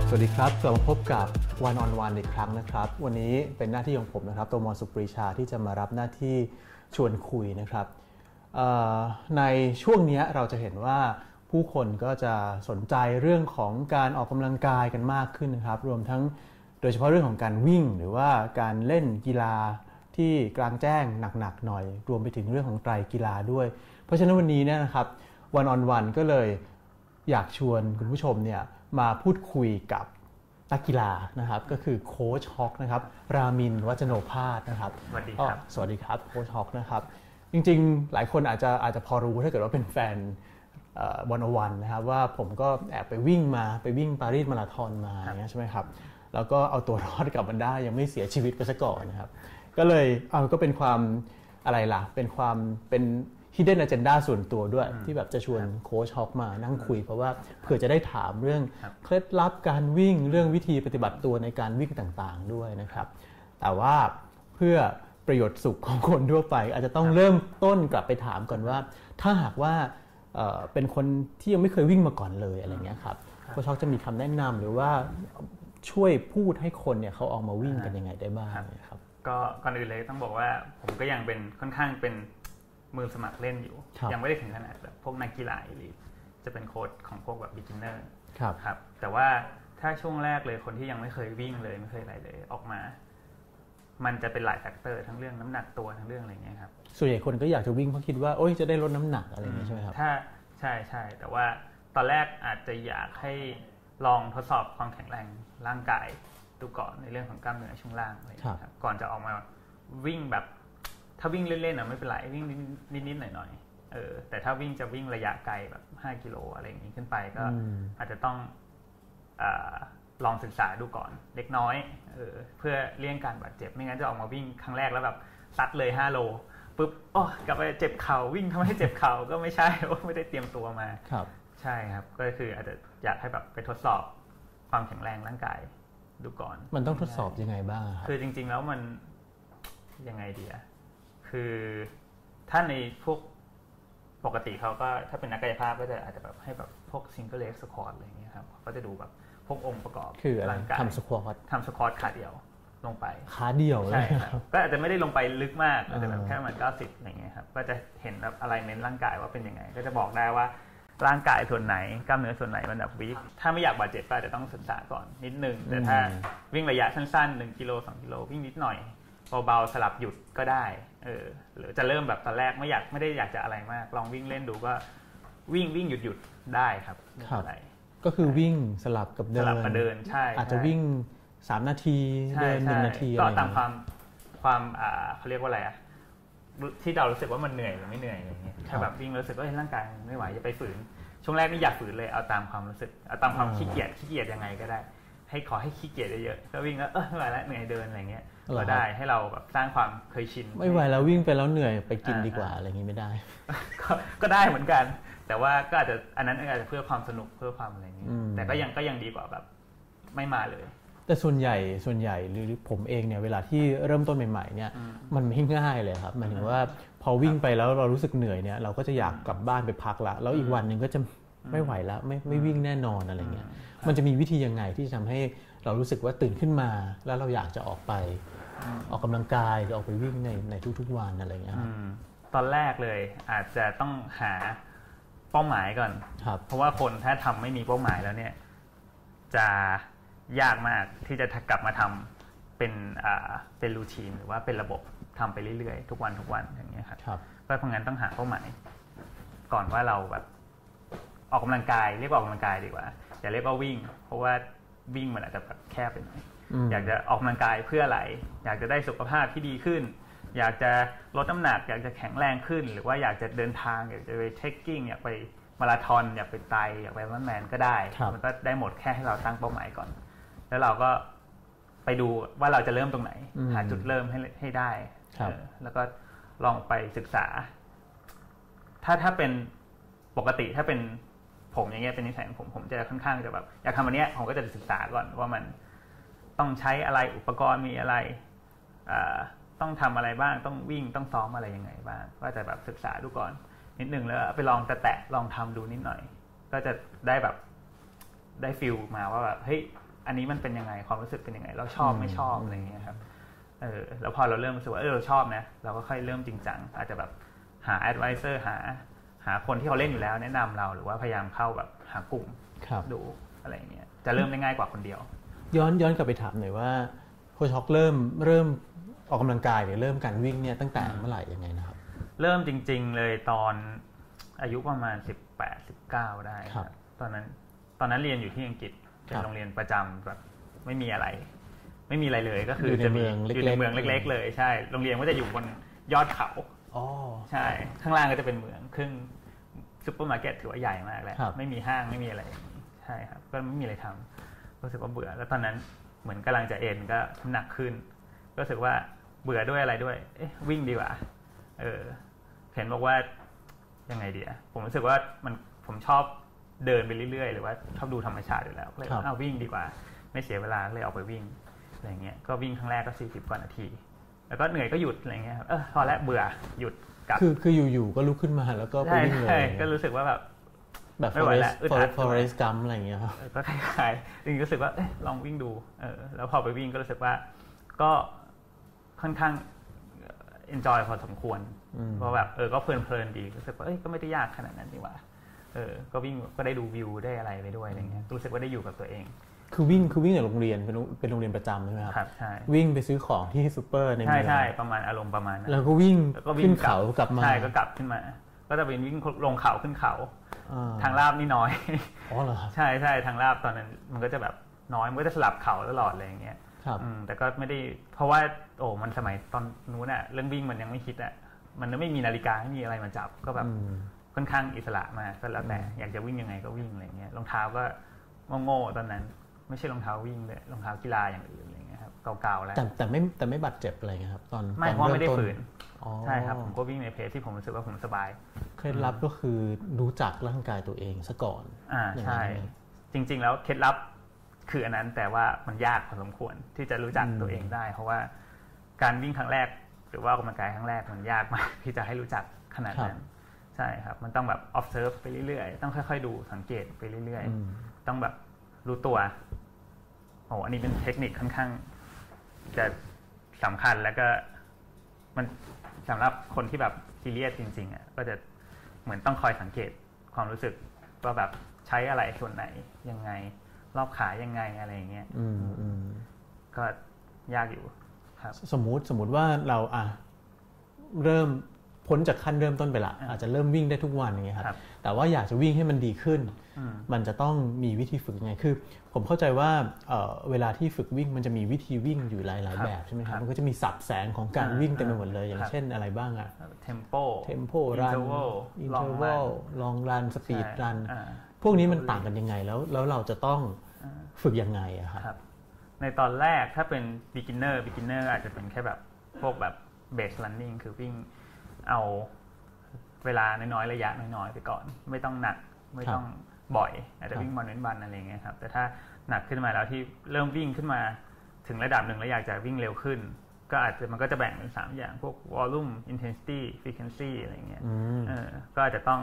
สวัสดีครับกลับมาพบกับ One on One อีกครั้งนะครับวันนี้เป็นหน้าที่ของผมนะครับตัวมสุปรีชาที่จะมารับหน้าที่ชวนคุยนะครับในช่วงนี้เราจะเห็นว่าผู้คนก็จะสนใจเรื่องของการออกกำลังกายกันมากขึ้นนะครับรวมทั้งโดยเฉพาะเรื่องของการวิ่งหรือว่าการเล่นกีฬาที่กลางแจ้งหนักๆหน่อยรวมไปถึงเรื่องของไตรกีฬาด้วยเพราะฉะนั้นวันนี้เนี่ยนะครับ One on One ก็เลยอยากชวนคุณผู้ชมเนี่ยมาพูดคุยกับนักกีฬานะครับก็คือโค้ชฮอกนะครับรามินทร์ วัจโนภาสนะครับสวัสดีครับสวัสดีครับโค้ชฮอกนะครับจริงๆหลายคนอาจจะพอรู้ถ้าเกิดว่าเป็นแฟนวันอวันนะครับว่าผมก็แอบไปวิ่งปารีสมาราธอนมาอย่างเงี้ยใช่ไหมครับแล้วก็เอาตัวรอดกลับมันได้ยังไม่เสียชีวิตไปซะก่อนนะครับก็เลยก็เป็นความอะไรล่ะเป็นhidden agenda ส่วนตัวด้วยที่แบบจะชวนโค้ชฮอกมานั่งคุยเพราะว่าเผื่อจะได้ถามเรื่องเคล็ดลับการวิ่งเรื่องวิธีปฏิบัติตัวในการวิ่งต่างๆด้วยนะครับแต่ว่าเพื่อประโยชน์สุขของคนทั่วไปอาจจะต้องเริ่มต้นกลับไปถามก่อนว่าถ้าหากว่าเป็นคนที่ยังไม่เคยวิ่งมาก่อนเลยอะไรเงี้ยครับโค้ชฮอกจะมีคำแนะนำหรือว่าช่วยพูดให้คนเนี่ยเขาออกมาวิ่งกันยังไงได้บ้างครับก็ก่อนอื่นเลยต้องบอกว่าผมก็ยังเป็นค่อนข้างเป็นมือสมัครเล่นอยู่ยังไม่ได้ถึงขนาดแบบพวกนักกีฬาอีลิทจะเป็นโค้ชของพวกแบบ beginner ครับแต่ว่าถ้าช่วงแรกเลยคนที่ยังไม่เคยวิ่งเลยไม่เคยอะไรเลยออกมามันจะเป็นหลายแฟกเตอร์ทั้งเรื่องน้ำหนักตัวทั้งเรื่องอะไรเงี้ยครับส่วนใหญ่คนก็อยากจะวิ่งเพราะคิดว่าโอ๊ยจะได้ลดน้ำหนักอะไรอย่างนี้ใช่ไหมครับถ้าใช่แต่ว่าตอนแรกอาจจะอยากให้ลองทดสอบความแข็งแรงร่างกายดูก่อนในเรื่องของกล้ามเนื้อช่วงล่างอะไรครับก่อนจะออกมาวิ่งแบบถ้าวิ่งเล่นๆไม่เป็นไรวิ่งนิดๆหน่อยๆแต่ถ้าวิ่งจะวิ่งระยะไกลแบบ5กิโลอะไรอย่างนี้ขึ้นไปก็อาจจะต้องลองศึกษาดูก่อนเล็กน้อยเพื่อเลี่ยงการบาดเจ็บไม่งั้นจะออกมาวิ่งครั้งแรกแล้วแบบซัดเลย5โลปุ๊บกลับไปเจ็บเข่าวิ่งทำให้เจ็บเข่าก็ไม่ใช่ไม่ได้เตรียมตัวมาครับใช่ครับก็คืออาจจะอยากให้แบบไปทดสอบความแข็งแรงร่างกายดูก่อนมันต้องทดสอบยังไงบ้างคือจริงๆแล้วมันยังไงดีอะคือถ้าในพวกปกติเขาก็ถ้าเป็นนักกายภาพก็จะอาจจะแบบให้แบบพวก single leg squat อะไรอย่างเงี้ยครับก็จะดูแบบพวกองค์ประกอบคืออะไรทำสควอตขาเดียวลงไปขาเดียวใช่ครับก็อาจจะไม่ได้ลงไปลึกมากอาจจะแบบแค่ประมาณ90อย่างเงี้ยครับก็จะเห็นแบบอะไรเน้นร่างกายว่าเป็นยังไงก็จะบอกได้ว่าร่างกายส่วนไหนกล้ามเนื้อส่วนไหนมันแบบวีคถ้าไม่อยากบาดเจ็บก็อาจจะต้องศึกษาก่อนนิดนึงแต่ถ้าวิ่งระยะสั้นๆ1กิโล2กิโลวิ่งนิดหน่อยเบาๆสลับหยุดก็ได้หรือจะเริ่มแบบตอนแรกไม่ได้อยากจะอะไรมากลองวิ่งเล่นดูก็วิ่งหยุดได้ครับอะไรก็คือวิ่งสลับกับเดินใช่อาจจะวิ่ง3นาทีเดิน1นาทีก็ตามความเขาเรียกว่าอะไรที่เรารู้สึกว่ามันเหนื่อยหรือไม่เหนื่อยอะไรอย่างเงี้ยถ้าแบบวิ่งรู้สึกว่าร่างกายไม่ไหวอย่าไปฝืนช่วงแรกไม่อยากฝืนเลยเอาตามความรู้สึกเอาตามความขี้เกียจยังไงก็ได้ขอให้ขี้เกียจเยอะๆก็วิ่งแล้วไม่ไหวแล้วเหนื่อยเดินอะไรเงี้ยก็ได้ให้เราแบบสร้างความเคยชินไม่ไหวแล้ววิ่งไปแล้วเหนื่อยไปกินดีกว่าอะไรอย่างงี้ไม่ได้ก็ได้เหมือนกันแต่ว่าก็อาจจะอันนั้นอาจจะเพื่อความสนุกเพื่อความอะไรอย่างงี้แต่ก็ยังดีกว่าแบบไม่มาเลยแต่ส่วนใหญ่หรือผมเองเนี่ยเวลาที่เริ่มต้นใหม่ๆเนี่ยมันไม่ง่ายเลยครับหมายถึงว่าพอวิ่งไปแล้วเรารู้สึกเหนื่อยเนี่ยเราก็จะอยากกลับบ้านไปพักละแล้วอีกวันนึงก็จะไม่ไหวแล้วไม่วิ่งแน่นอนอะไรเงี้ยมันจะมีวิธียังไงที่จะทำให้เรารู้สึกว่าตื่นขึ้นมาแล้วเราอยากจะออกกำลังกายหรือออกไปวิ่งในทุกๆวันอะไรเงี้ยตอนแรกเลยอาจจะต้องหาเป้าหมายก่อนเพราะว่าคนถ้าทำไม่มีเป้าหมายแล้วเนี่ยจะยากมากที่จะกลับมาทำเป็นรูทีนหรือว่าเป็นระบบทำไปเรื่อยๆทุกวันอย่างเงี้ยครับเพราะงั้นต้องหาเป้าหมายก่อนว่าเราแบบออกกำลังกายเรียกว่าออกกำลังกายดีกว่าอย่าเรียกว่าวิ่งเพราะว่าวิ่งมันอาจจะแบบแคบไปหน่อยอยากจะออกกำลังกายเพื่ออะไรอยากจะได้สุขภาพที่ดีขึ้นอยากจะลดน้ำหนักอยากจะแข็งแรงขึ้นหรือว่าอยากจะเดินทางอยากจะไปเทคกิ้งอยากไปมาราธอนอยากไปไตอยากไปรันแมนก็ได้มันก็ได้หมดแค่ให้เราตั้งเป้าหมายก่อนแล้วเราก็ไปดูว่าเราจะเริ่มตรงไหนหาจุดเริ่มให้ได้แล้วก็ลองไปศึกษาถ้าเป็นปกติถ้าเป็นผมอย่างเงี้ยเป็นนิสัยของผมจะค่อนข้างจะแบบอยากทำอันเนี้ยผมก็จะศึกษาก่อนว่ามันต้องใช้อะไรอุปกรณ์มีอะไรต้องทำอะไรบ้างต้องวิ่งต้องซ้อมอะไรยังไงบ้างก็จะแบบศึกษาดูก่อนนิดนึงแล้วไปลองแตะลองทำดูนิดหน่อยก็จะได้แบบได้ฟีลมาว่าแบบเฮ้ยอันนี้มันเป็นยังไงความรู้สึกเป็นยังไงเราชอบไม่ชอบอะไรอย่างเงี้ยครับแล้วพอเราเริ่มรู้สึกว่าเราชอบนะเราก็ค่อยเริ่มจริงจังอาจจะแบบหา advisor หาคนที่เขาเล่นอยู่แล้วแนะนำเราหรือว่าพยายามเข้าแบบหากลุ่มดูอะไรอย่างเงี้ยจะเริ่มได้ง่ายกว่าคนเดียวย้อนกลับไปถามหน่อยว่าโค้ชฮอกเริ่มออกกำลังกายหรือเริ่มการวิ่งเนี่ยตั้งแต่เมื่อไหร่ยังไงนะครับเริ่มจริงๆเลยตอนอายุประมาณ18-19ได้ครับตอนนั้นเรียนอยู่ที่อังกฤษเป็นโรงเรียนประจำแบบไม่มีอะไรเลยก็คือจะมีอยู่ในเมืองเล็กๆเลยใช่โรงเรียนก็จะอยู่บนยอดเขาใช่ข้างล่างก็จะเป็นเมืองครึ่งซุปเปอร์มาร์เก็ตถือว่าใหญ่มากแล้วไม่มีห้างไม่มีอะไรใช่ครับก็ไม่มีอะไรทำรู้สึกว่าเบื่อแล้วตอนนั้นเหมือนกำลังจะเอ็นก็น้ำหนักขึ้นก็รู้สึกว่าเบื่อด้วยอะไรด้วยวิ่งดีกว่าเห็นบอกว่ายังไงดีผมรู้สึกว่าผมชอบเดินไปเรื่อยๆหรือว่าชอบดูธรรมชาติอยู่แล้วเลยวิ่งดีกว่าไม่เสียเวลาเลยออกไปวิ่งอะไรเงี้ยก็วิ่งครั้งแรกก็40 กว่านาทีแล้วก็เหนื่อยก็หยอะไรเงี้ยพอแล้วเบื่อหยุดกลับคืออยู่ๆก็ลุกขึ้นมาแล้วก็ไปวิ่งเลยก็รู้สึกว่าแบบ Forrest Gump อะไรอย่างเงี้ยครับก็คล้ายๆจริงๆรู้สึกว่าลองวิ่งดูแล้วพอไปวิ่งก็รู้สึกว่าก็ค่อนข้าง enjoy พอสมควรเพราะแบบก็เพลินๆดีรู้สึกว่าก็ไม่ได้ยากขนาดนั้นนี่หว่าก็วิ่งก็ได้ดูวิวได้อะไรไปด้วยอะไรเงี้ยรู้สึกว่าได้อยู่กับตัวเองคือวิ่งจากโรงเรียนเป็นโรงเรียนประจำใช่ไหมครับใช่วิ่งไปซื้อของที่ซูเปอร์ในเมืองใช่ประมาณอารมณ์ประมาณนั้นแล้วก็วิ่งขึ้นเขากลับมาใช่ก็กลับขึ้นมาก็จะเป็นวิ่งลงเขาขึ้นเขาทางลาบนี่น้อยเหรอครับใช่ทางลาบตอนนั้นมันก็จะแบบน้อยมันก็จะสลับเขาตลอดอะไรอย่างเงี้ยแต่ก็ไม่ได้เพราะว่ามันสมัยตอนนู้นเรื่องวิ่งมันยังไม่คิดมันไม่มีนาฬิกาไม่มีอะไรมาจับก็แบบค่อนข้างอิสระมากก็แล้วแต่อยากจะวิ่งยังไงก็วิ่งอะไรเงี้ยรองเท้าก็โง่ตอนนั้นไม่ใช่รองเท้าวิ่งเลยรองเท้ากีฬาอย่างอื่นอะไรเงี้ยครับเก่าๆแล้วแต่ไม่บาดเจ็บอะไรเงี้ยครับตอนไม่เพราะไม่ได้ฝืนใช่ครับผมก็วิ่งในเพจที่ผมรู้สึกว่าผมสบายเคล็ดลับก็คือรู้จักร่างกายตัวเองซะก่อนใช่จริงๆแล้วเคล็ดลับคืออันนั้นแต่ว่ามันยากพอสมควรที่จะรู้จักตัวเองได้เพราะว่าการวิ่งครั้งแรกหรือว่าออกกำลังกายครั้งแรกมันยากมากที่จะให้รู้จักขนาดนั้นใช่ครับมันต้องแบบ observe ไปเรื่อยๆต้องค่อยๆดูสังเกตไปเรื่อยๆต้องแบบรู้ตัวอันนี้เป็นเทคนิคค่อนข้างจะสำคัญแล้วก็มันสำหรับคนที่แบบซีเรียสจริงๆก็จะเหมือนต้องคอยสังเกตความรู้สึกว่าแบบใช้อะไรส่วนไหนยังไงรอบขายังไงอะไรอย่างเงี้ยก็ยากอยู่ครับสมมุติว่าเราเริ่มพ้นจากขั้นเริ่มต้นไปละอาจจะเริ่มวิ่งได้ทุกวันอย่างเงี้ยครับแต่ว่าอยากจะวิ่งให้มันดีขึ้นมันจะต้องมีวิธีฝึกยังไงคือผมเข้าใจว่าเวลาที่ฝึกวิ่งมันจะมีวิธีวิ่งอยู่หลายแบบใช่ไหมครับมันก็จะมีสับแสงของการวิ่งเต็มไปหมดเลยอย่างเช่นอะไรบ้าง tempo run interval long run speed run พวกนี้มันต่างกันยังไงแล้วเราจะต้องฝึกยังไงครับในตอนแรกถ้าเป็น beginner อาจจะเป็นแค่แบบพวกแบบ base running คือวิ่งเอาเวลาน้อยๆระยะน้อยๆไปก่อนไม่ต้องหนักไม่ต้องบ่อยอาจจะวิ่งวันเว้นวันอะไรเงี้ยครับแต่ถ้าหนักขึ้นมาแล้วที่เริ่มวิ่งขึ้นมาถึงระดับหนึ่งแล้วอยากจะวิ่งเร็วขึ้นก็อาจจะมันก็จะแบ่งเป็น3อย่างพวก volume intensity frequency อะไรเงี้ยก็อาจจะต้อง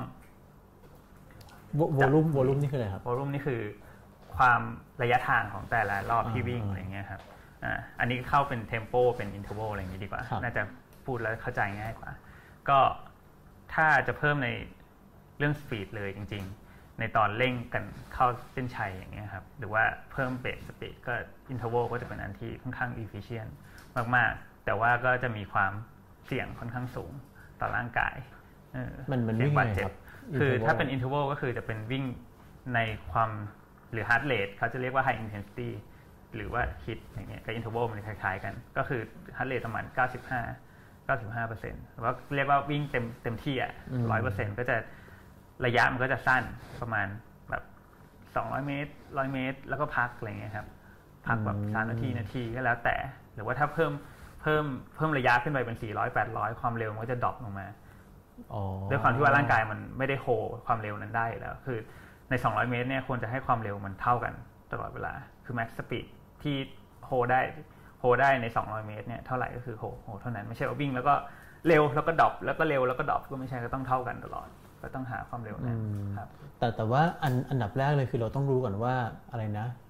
volume นี่คืออะไรครับ volume นี่คือความระยะทางของแต่ละรอบที่วิ่งอะไรเงี้ยครับอันนี้เข้าเป็น tempo เป็น interval อะไรอย่างนี้ดีกว่าน่าจะพูดแล้วเข้าใจง่ายกว่าก็ถ้าจะเพิ่มในเรื่อง speed เลยจริงๆในตอนเร่งกันเข้าเส้นชัยอย่างเงี้ยครับหรือว่าเพิ่มเบส speed ก็ interval ก็จะเป็นอันที่ค่อนข้าง efficient มากๆแต่ว่าก็จะมีความเสี่ยงค่อนข้างสูงต่อร่างกายมันวิ่งไงครับคือถ้าเป็น interval ก็คือจะเป็นวิ่งในความหรือ heart rate เขาจะเรียกว่า high intensity หรือว่า HIIT อย่างเงี้ยกับ interval มันคล้ายๆกันก็คือ heart rate ประมาณ95%หรือว่าเรียกว่าวิ่งเต็มที่ 100% ก็จะระยะมันก็จะสั้นประมาณแบบ200 เมตร100 เมตรแล้วก็พักอะไรเงี้ยครับพักแบบ3 นาทีก็แล้วแต่หรือว่าถ้าเพิ่มระยะขึ้นไปเป็น400 800ความเร็วมันก็จะดรอปลงมาด้วยความที่ว่าร่างกายมันไม่ได้โฮความเร็วนั้นได้แล้วคือใน200 เมตรเนี่ยควรจะให้ความเร็วมันเท่ากันตลอดเวลาคือ max speed ที่โฮได้ใน200 เมตรเนี่ยเท่าไหร่ก็คือโหเท่านั้นไม่ใช่ว่าวิ่งแล้วก็เร็วแล้วก็ดรอปแล้วก็เร็วแล้วก็ดรอปก็ไม่ใช่ก็ต้องเท่ากันตลอดก็ต้องหาความเร็วนั้นครับแต่ว่าอันดับแรกเลยคือเราต้องรู้ก่อนว่าอะไรนะ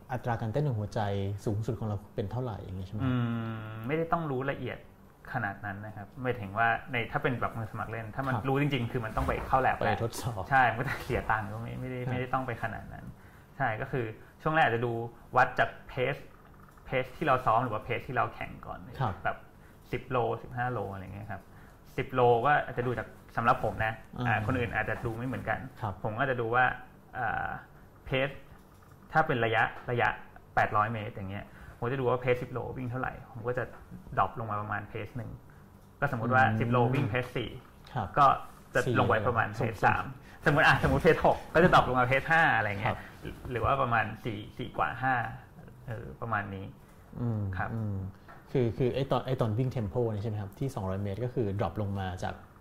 อัตราการเต้นของหัวใจสูงสุดของเราเป็นเท่าไหร่อย่างนี้ใช่ไหมไม่ได้ต้องรู้ละเอียดขนาดนั้นนะครับไม่ถึงว่าในถ้าเป็นแบบมือสมัครเล่นถ้ามันรู้จริงๆคือมันต้องไปเข้าแลบไปทดสอบใช่มันก็จะเสียตังค์ก็ไม่ได้ต้องไปขนาดนั้นใช่ก็คือช่วงแรกอาจจะดูวัดจากเพสที่เราซ้อมหรือว่าเพสที่เราแข่งก่อนแบบ10 โล15 โลอะไรเงี้ยครับ10 โลก็อาจจะดูจากสำหรับผมนะคนอื่นอาจจะดูไม่เหมือนกันผมก็จะดูว่าเพสถ้าเป็นระยะ800 เมตรอย่างเงี้ยผมจะดูว่าเพส10 โลวิ่งเท่าไหร่ผมก็จะดรอปลงมาประมาณเพส1ก็สมมุติว่า10 โลวิ่งเพส4ก็จะลงไปประมาณเพส3สมมติเพส6ก็จะดรอปลงมาเพส5อะไรเงี้ยหรือว่าประมาณ4กว่า5ประมาณนี้ครับคือไอตอนวิ่งเทมโปนี่ใช่ไหมครับที่200 เมตรก็คือดรอปลงมา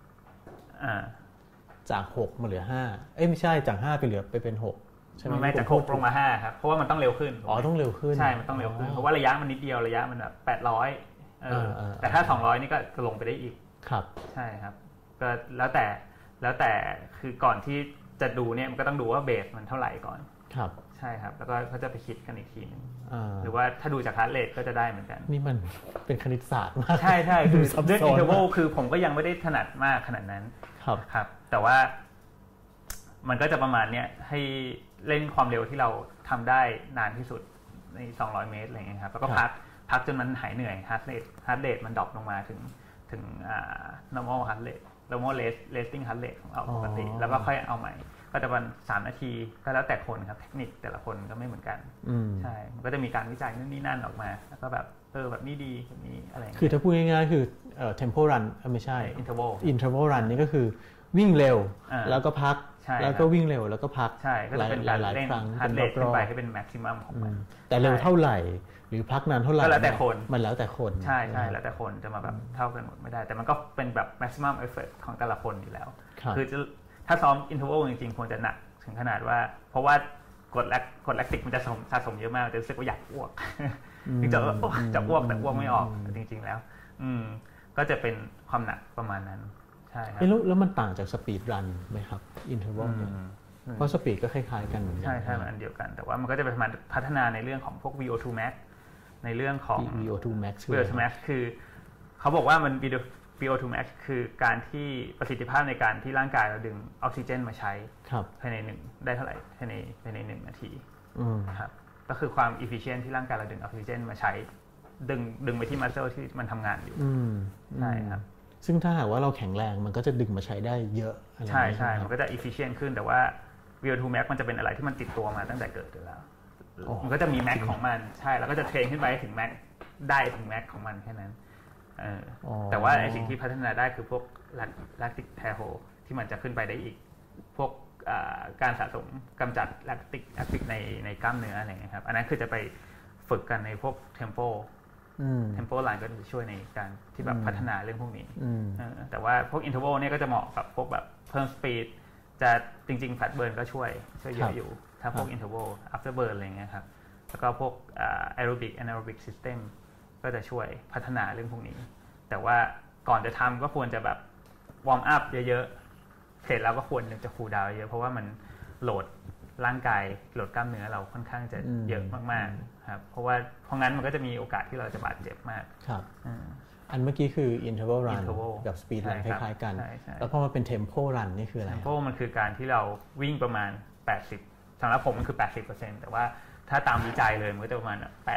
จาก6มาเหลือ5ไม่ใช่จาก5ไปเหลือไปเป็น6ใช่ไหมไม่จาก6ลงมา5ครับเพราะว่ามันต้องเร็วขึ้นต้องเร็วขึ้นใช่มันต้องเร็วขึ้นเพราะว่าระยะมันนิดเดียวระยะมันแบบ800แต่ถ้า200นี่ก็จะลงไปได้อีกครับใช่ครับก็แล้วแต่คือก่อนที่จะดูเนี่ยมันก็ต้องดูว่าเบสมันเท่าไหร่ก่อนครับใช่ครับแล้วก็เขาจะไปคิดกันอีกทีนึงหรือว่าถ้าดูจากฮาร์ทเรทก็จะได้เหมือนกันนี่มันเป็นคณิตศาสตร์มากใช่คือเรื่องอินเทอร์วัลคือผมก็ยังไม่ได้ถนัดมากขนาดนั้นครับแต่ว่ามันก็จะประมาณเนี้ยให้เล่นความเร็วที่เราทำได้นานที่สุดใน200 เมตรอะไรเงี้ยครับแล้วก็พักจนมันหายเหนื่อยฮาร์ทเรทมันดรอปลงมาถึงnormal heart rate normal resting heart rate ของเราปกติแล้วก็ค่อยเอาใหม่ก็จะวัน3 นาทีก็แล้วแต่คนครับเทคนิคแต่ละคนก็ไม่เหมือนกันใช่มันก็จะมีการวิจัยนู่นนี่นั่นออกมาแล้วก็แบบแบบนี้ดีแบบนี้อะไรคือถ้าพูดง่ายๆคือtempo run ไม่ใช่ interval run นี่ก็คือวิ่งเร็วแล้วก็พักแล้วก็วิ่งเร็วแล้วก็พักใช่ก็จะเป็นการเล่นฮาร์ทเรทขึ้นไปให้เป็นแม็กซิมัมของมันแต่เร็วเท่าไหร่หรือพักนานเท่าไหร่ก็แล้วแต่คนมันแล้วแต่คนใช่แล้วแต่คนจะมาแบบเท่ากันหมดไม่ได้แต่มันก็เป็นแบบแม็กซิมัมเอฟเฟคของแต่ละคนอยู่แล้วคือถ้าซ้อมอินเทอร์วัลจริงๆควรจะหนักถึงขนาดว่าเพราะว่ากรดแลคติกมันจะสะสมเยอะมากจะรู้สึกว่าอยากอ้วกจะอ้วกแต่อ้วกไม่ออกจริงๆแล้วก็จะเป็นความหนักประมาณนั้นใช่ครับแล้วมันต่างจากสปีดรันไหมครับอินเทอร์วัลเนี่ยเพราะสปีดก็คล้ายๆกันเหมือนกันใช่มันอันเดียวกันแต่ว่ามันก็จะเป็นพัฒนาในเรื่องของพวก VO2 max ในเรื่องของ VO2 max คือเขาบอกว่ามัน VO2 max คือการที่ประสิทธิภาพในการที่ร่างกายเราดึงออกซิเจนมาใช้ภายในได้เท่าไหร่ภายใน1 นาทีครับก็คือความ efficient ที่ร่างกายเราดึงออกซิเจนมาใช้ดึงไปที่ muscle ที่มันทำงานอยู่ใช่ครับซึ่งถ้าหากว่าเราแข็งแรงมันก็จะดึงมาใช้ได้เยอะใช่มันก็จะ efficient ขึ้นแต่ว่า VO2 max มันจะเป็นอะไรที่มันติดตัวมาตั้งแต่เกิดอยู่แล้วมันก็จะมีแม็กของมันใช่แล้วก็จะเทรนขึ้นไปถึงแม็กได้ถึงแม็กของมันแค่นั้นแต่ว่าไอสิ่งที่พัฒนาได้คือพวกแลคติกไทโฮที่มันจะขึ้นไปได้อีกพวกการสะสมกำจัดแลคติกในกล้ามเนื้ออะไรเงี้ยครับอันนั้นคือจะไปฝึกกันในพวกเทมโปไลน์ก็จะช่วยในการที่แบบพัฒนาเรื่องพวกนี้แต่ว่าพวกอินเทอร์วัลเนี่ยก็จะเหมาะกับพวกแบบเพิ่มสปีดจะจริงๆแฟตเบิร์นก็ช่วยเยอะอยู่ถ้าพวก interval after burn อะไรเงี้ยครับแล้วก็พวกaerobic anaerobic system ก็จะช่วยพัฒนาเรื่องพวกนี้แต่ว่าก่อนจะทำก็ควรจะแบบวอร์มอัพเยอะๆเสร็จแล้วก็ควรจะคูลดาวน์เยอะเพราะว่ามันโหลดร่างกายโหลดกล้ามเนื้อเราค่อนข้างจะเยอะมากๆครับเพราะงั้นมันก็จะมีโอกาสที่เราจะบาดเจ็บมากครับอันเมื่อกี้คือ interval run กับ speed run คล้ายๆกันแล้วพอมาเป็น tempo run นี่คืออะไร tempo มันคือการที่เราวิ่งประมาณ80สำหรับผมมันคือ 80% แต่ว่าถ้าตามวิจัยเลยมันก็จะประมาณ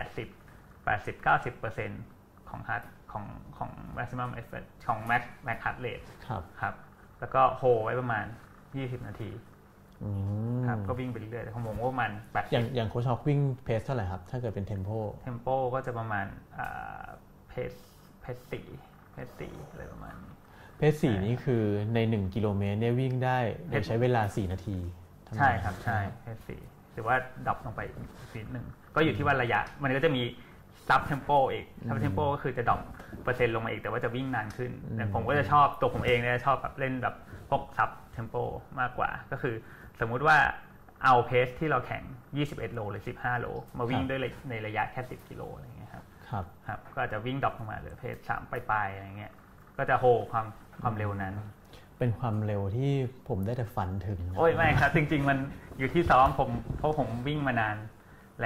80-90% ของ ของ maximum effort ของ max heart rate ครับแล้วก็โฮไว้ประมาณ20 นาทีครับก็วิ่งไปเรื่อยๆของผมก็ประมาณ80 อย่างโค้ชฮอกวิ่งเพสเท่าไหร่ครับถ้าเกิดเป็น tempo ก็จะประมาณเพส4อะไรประมาณนี้เพส4นี่คือใน1กิโลเมตรเนี่ยวิ่งได้โดยใช้เวลา4 นาทีใช่ครับใช่เพส4หรือว่าดรอปลงไปนิดนึงก็อยู่ที่ว่าระยะมันก็จะมีซับเทมโปอีกซับเทมโปก็คือจะดรอปเปอร์เซ็นต์ลงมาอีกแต่ว่าจะวิ่งนานขึ้นแต่ผมก็จะชอบตัวผมเองเนี่ยชอบแบบเล่นแบบพวกซับเทมโปมากกว่าก็คือสมมุติว่าเอาเพสที่เราแข่ง21 โลหรือ15 โลมาวิ่งด้วยในระยะแค่10 กิโลอะไรเงี้ยครับก็อาจจะวิ่งดรอปลงมาเหลือเพส3ปลายๆอะไรเงี้ยก็จะโฮความเร็วนั้นเป็นความเร็วที่ผมได้แต่ฝันถึงโอ้ยไม่ครับจริงๆมันอยู่ที่ซ้อมเพราะผมวิ่งมานานแล้ว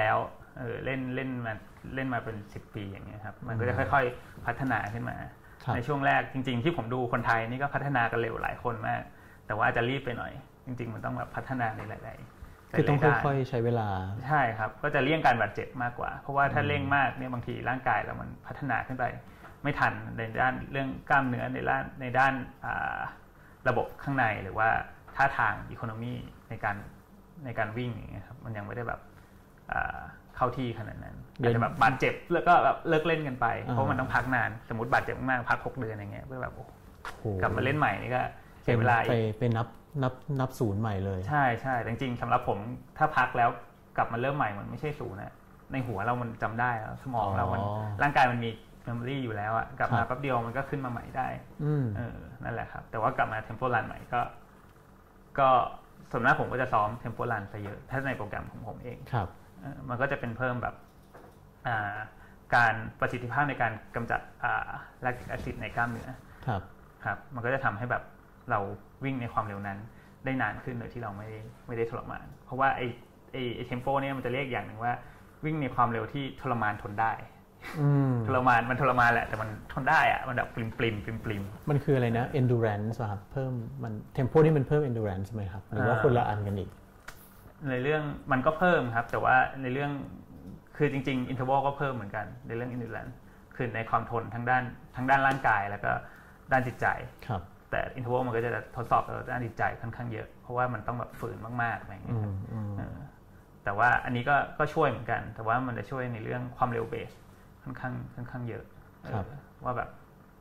เล่นมาเป็น10 ปีอย่างเงี้ยครับมันก็จะค่อยๆพัฒนาขึ้นมาในช่วงแรกจริงๆที่ผมดูคนไทยนี่ก็พัฒนากันเร็วหลายคนมากแต่ว่าจะรีบไปหน่อยจริงๆมันต้องแบบพัฒนาในหลายๆคือต้องค่อยๆใช้เวลาใช่ครับก็จะเลี่ยงการบาดเจ็บมากกว่าเพราะว่าถ้าเร่งมากเนี่ยบางทีร่างกายเรามันพัฒนาขึ้นไปไม่ทันในด้านเรื่องกล้ามเนื้อในด้านระบบข้างในหรือว่าท่าทางอีโคโนมีในการวิ่งอย่างเงี้ยครับมันยังไม่ได้แบบเข้าที่ขนาดนั้นอาจจะแบบบาดเจ็บแล้วก็แบบเลิกเล่นกันไปเพราะมันต้องพักนานสมมติบาดเจ็บมากพัก6 เดือนอย่างเงี้ยเพื่อแบบกลับมาเล่นใหม่นี่ก็เสียเวลาไปนับศูนย์ใหม่เลยใช่ใช่จริงๆสำหรับผมถ้าพักแล้วกลับมาเริ่มใหม่มันไม่ใช่ศูนย์นะในหัวเรามันจำได้แล้วสมองเรามันร่างกายมันมีเมมโมรี่อยู่แล้วอะกลับมาแป๊บเดียวมันก็ขึ้นมาใหม่ได้นั่นแหละครับแต่ว่ากลับมาเทมโพรันใหม่ก็ส่วนมากผมก็จะซ้อมเทมโพรันซะเยอะถ้าในโปรแกรมของผมเองมันก็จะเป็นเพิ่มแบบการประสิทธิภาพในการกำจัดแลคติกแอซิดในกล้ามเนื้อครับมันก็จะทำให้แบบเราวิ่งในความเร็วนั้นได้นานขึ้นโดยที่เราไม่ได้ทรมานเพราะว่าไอเทมโปเนี่ยมันจะเรียกอย่างหนึ่งว่าวิ่งในความเร็วที่ทรมานทนได้ทรมานแหละแต่มันทนได้อะมันแบบปริมมันคืออะไรนะ endurance ป่ะครับเพิ่มมันเทมโปนี่มันเพิ่ม endurance ใช่ไหมครับหรือว่าคนละอันกันอีกในเรื่องมันก็เพิ่มครับแต่ว่าในเรื่องคือจริงๆ interval ก็เพิ่มเหมือนกันในเรื่อง endurance คือในความทนทั้งด้านร่างกายแล้วก็ด้านจิตใจแต่ interval มันก็จะทดสอบด้านจิตใจค่อนข้างเยอะเพราะว่ามันต้องแบบฝืนมากๆอะไรอย่างเงี้ยแต่ว่าอันนี้ก็ช่วยเหมือนกันแต่ว่ามันจะช่วยในเรื่องความเร็วเบสค่อนข้างเยอะว่าแบบ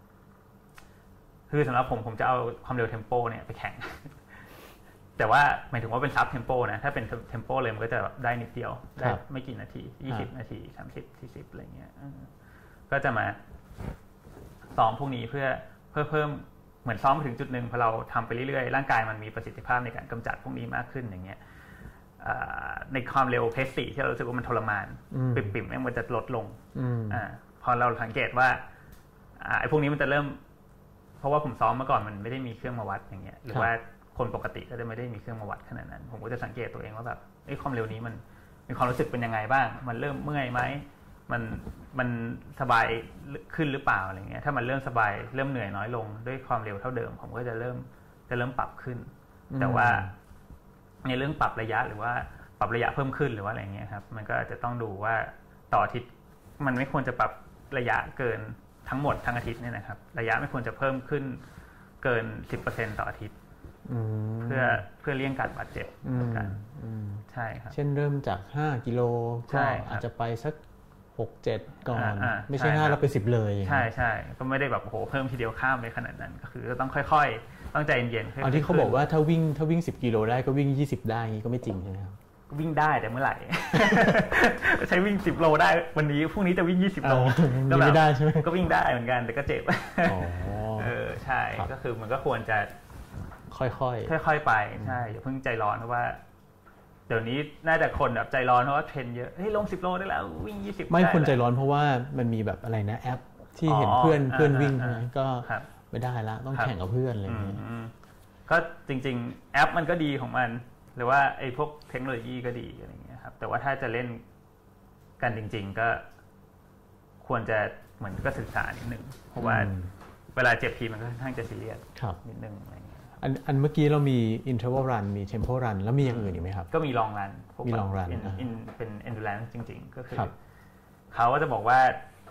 คือสำหรับผมจะเอาความเร็วเทมโปเนี่ยไปแข่งแต่ว่าหมายถึงว่าเป็นซับเทมโปนะถ้าเป็นเทมโปเลยมันก็จะได้นิดเดียวได้ไม่กี่นาที20 นาที30 40อะไรเงี้ยก็จะมาซ้อมพวกนี้เพื่อเพิ่มเหมือนซ้อมไปถึงจุดหนึ่งพอเราทำไปเรื่อยๆร่างกายมันมีประสิทธิภาพในการกำจัดพวกนี้มากขึ้นอย่างเงี้ยในความเร็วเพส4ที่เรารู้สึกว่ามันทรมานปิ่มๆมันจะลดลงพอเราสังเกตว่าไอ้พวกนี้มันจะเริ่มเพราะว่าผมซ้อมมาก่อนมันไม่ได้มีเครื่องมาวัดอย่างเงี้ยหรือว่าคนปกติก็จะไม่ได้มีเครื่องมาวัดขนาดนั้นผมก็จะสังเกตตัวเองว่าแบบความเร็วนี้มันมีความรู้สึกเป็นยังไงบ้างมันเริ่มเมื่อยไหมมันสบายขึ้นหรือเปล่าอะไรเงี้ยถ้ามันเริ่มสบายเริ่มเหนื่อยน้อยลงด้วยความเร็วเท่าเดิมผมก็จะเริ่มปรับขึ้นแต่ว่าในเรื่องปรับระยะหรือว่าปรับระยะเพิ่มขึ้นหรือว่าอะไรเงี้ยครับมันก็อาจจะต้องดูว่าต่ออาทิตย์มันไม่ควรจะปรับระยะเกินทั้งหมดทั้งอาทิตย์เนี่ยนะครับระยะไม่ควรจะเพิ่มขึ้นเกิน 10% ต่ออาทิตย์เพื่อเลี่ยงการบาดเจ็บกันใช่ครับเช่นเริ่มจาก5 กิโลก็อาจจะไปสัก6-7 ก่อนไม่ใช่5แล้วไป10เลยใช่ก็ไม่ได้แบบโอ้โหเพิ่มทีเดียวข้ามเลยขนาดนั้นก็คือต้องค่อยๆต้องใจเย็นๆที่เขาบอกว่าถ้าวิ่ง10 กิโลได้ก็วิ่ง20ได้งี้ก็ไม่จริงใช่ไหมครับวิ่งได้แต่เมื่อไหร่ ใช้วิ่ง10 โลได้วันนี้พรุ่งนี้จะวิ่ง20 โลก็ไม่ได้ใช่ไหมก็วิ่งได้เหมือนกันแต่ก็เจ็บใช่ก็คือมันก็ควรจะค่อยๆไปใช่อย่าเพิ่งใจร้อนเพราะว่าเดี๋ยวนี้น่าจะคนแบบใจร้อนเพราะว่าเทรนเยอะลง10 โลได้แล้ววิ่ง20 ไม่คนใจร้อนเพราะว่ามันมีแบบอะไรนะแอปที่เห็นเพื่อนวิ่งใช่ไหมก็ไม่ได้ละต้องแข่งกับเพื่อนอะไรอย่างนี้ก็จริงๆแอปมันก็ดีของมันหรือว่าไอ้พวกเทคโนโลยีก็ดีอะไรอย่างเงี้ยครับแต่ว่าถ้าจะเล่นกันจริงๆก็ควรจะเหมือนก็ศึกษานิดนึงเพราะว่าเวลาเจ็บทีมันก็ค่อนข้างจะซีเรียสนิดนึงอะไรอย่างเงี้ยอันเมื่อกี้เรามี interval run มี tempo run แล้วมีอย่างอื่นอีกไหมครับก็มี long run มี long run เป็น endurance จริงๆก็คือเขาก็จะบอกว่า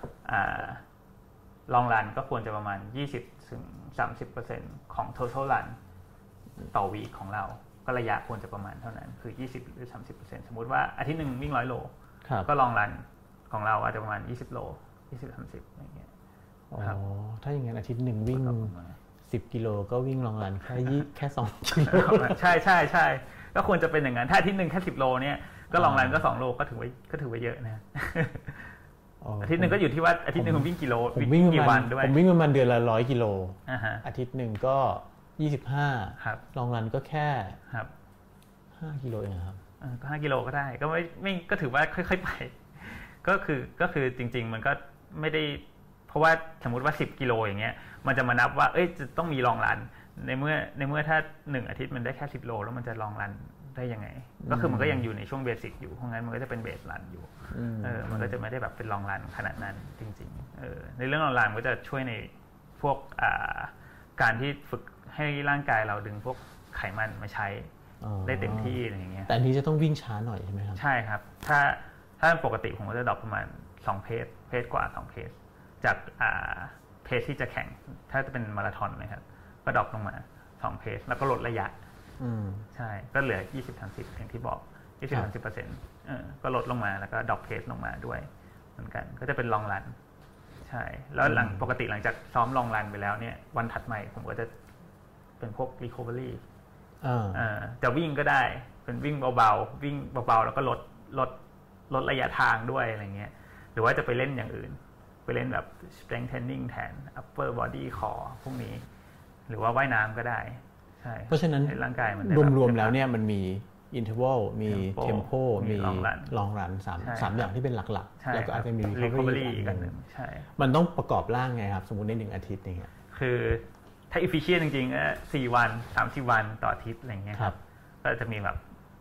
long run ก็ควรจะประมาณ 20-30% ของ total run ต่อวีคของเราก็ระยะควรจะประมาณเท่านั้นคือ20 หรือ 30% สมมุติว่าอาทิตย์นึงวิ่ง100 โลก็ลองรันของเราอาจจะประมาณ20 โล20-30อะไรเงี้ยถ้าอย่างงั้นอาทิตย์นึงวิ่ง10 กิโลก็วิ่งลองรันแค่2 กิโลใช่ก็ควรจะเป็นอย่างนั้นถ้าอาทิตย์นึงแค่10 โลเนี่ยก็ลองรันก็2 โลก็ถือว่าเยอะนะอาทิตย์นึงก็อยู่ที่ว่าอาทิตย์นึงคุณวิ่งกี่โลวิ่งกี่วันด้วยผมวิ่งประมาณเดือนละ100 กิโลอาทิตย์นึงก็25ลองรันก็แค่5 กิโลเองครับก็5 กิโลก็ได้ก็ไม่ก็ถือว่าค่อยๆไปก็คือจริงๆมันก็ไม่ได้เพราะว่าสมมุติว่า10 กิโลอย่างเงี้ยมันจะมานับว่าจะต้องมีลองรันในเมื่อถ้า1 อาทิตย์มันได้แค่10 โลแล้วมันจะลองรันได้ยังไงก็คือมันก็ยังอยู่ในช่วงเบสิกอยู่เพราะงั้นมันก็จะเป็นเบสรันอยู่มันก็จะไม่ได้แบบเป็นลองรันขนาดนั้นจริงๆในเรื่องลองรันก็จะช่วยในพวกการที่ฝึกให้ร่างกายเราดึงพวกไขมันมาใช้ได้เต็มที่อะไรอย่างเงี้ยแต่อันนี้จะต้องวิ่งช้าหน่อยใช่ไหมครับใช่ครับถ้าปกติผมก็จะดรอปประมาณ2เพจกว่า2เพจจากเพจที่จะแข่งถ้าจะเป็นมาราธอนนะครับก็ดรอปลงมา2เพจแล้วก็ลดระยะใช่ก็เหลือ 20-30 อย่างที่บอก 20-30% ก็ลดลงมาแล้วก็ดรอปเพจลงมาด้วยเหมือนกันก็จะเป็นลองรันใช่แล้วปกติหลังจากซ้อมลองรันไปแล้วเนี่ยวันถัดใหม่ผมก็จะเป็นพวก recovery จะวิ่งก็ได้เป็นวิ่งเบาๆวิ่งเบาๆแล้วก็ลดระยะทางด้วยอะไรเงี้ยหรือว่าจะไปเล่นอย่างอื่นไปเล่นแบบ strengthening แทน upper body core พวกนี้หรือว่าว่ายน้ำก็ได้ใช่เพราะฉะนั้นร่างกายมันรวมๆแล้วเนี่ยมันมี interval มี tempo มี long run 3อย่างที่เป็นหลักๆแล้วก็อาจจะมี recovery อีกอันนึงใช่มันต้องประกอบร่างไงครับสมมุติใน1อาทิตย์นี่คือถ้า efficient จริงๆก็4 วัน 3-4 วันต่ออาทิตย์อะไรเงี้ยครับก็จะมีแบบ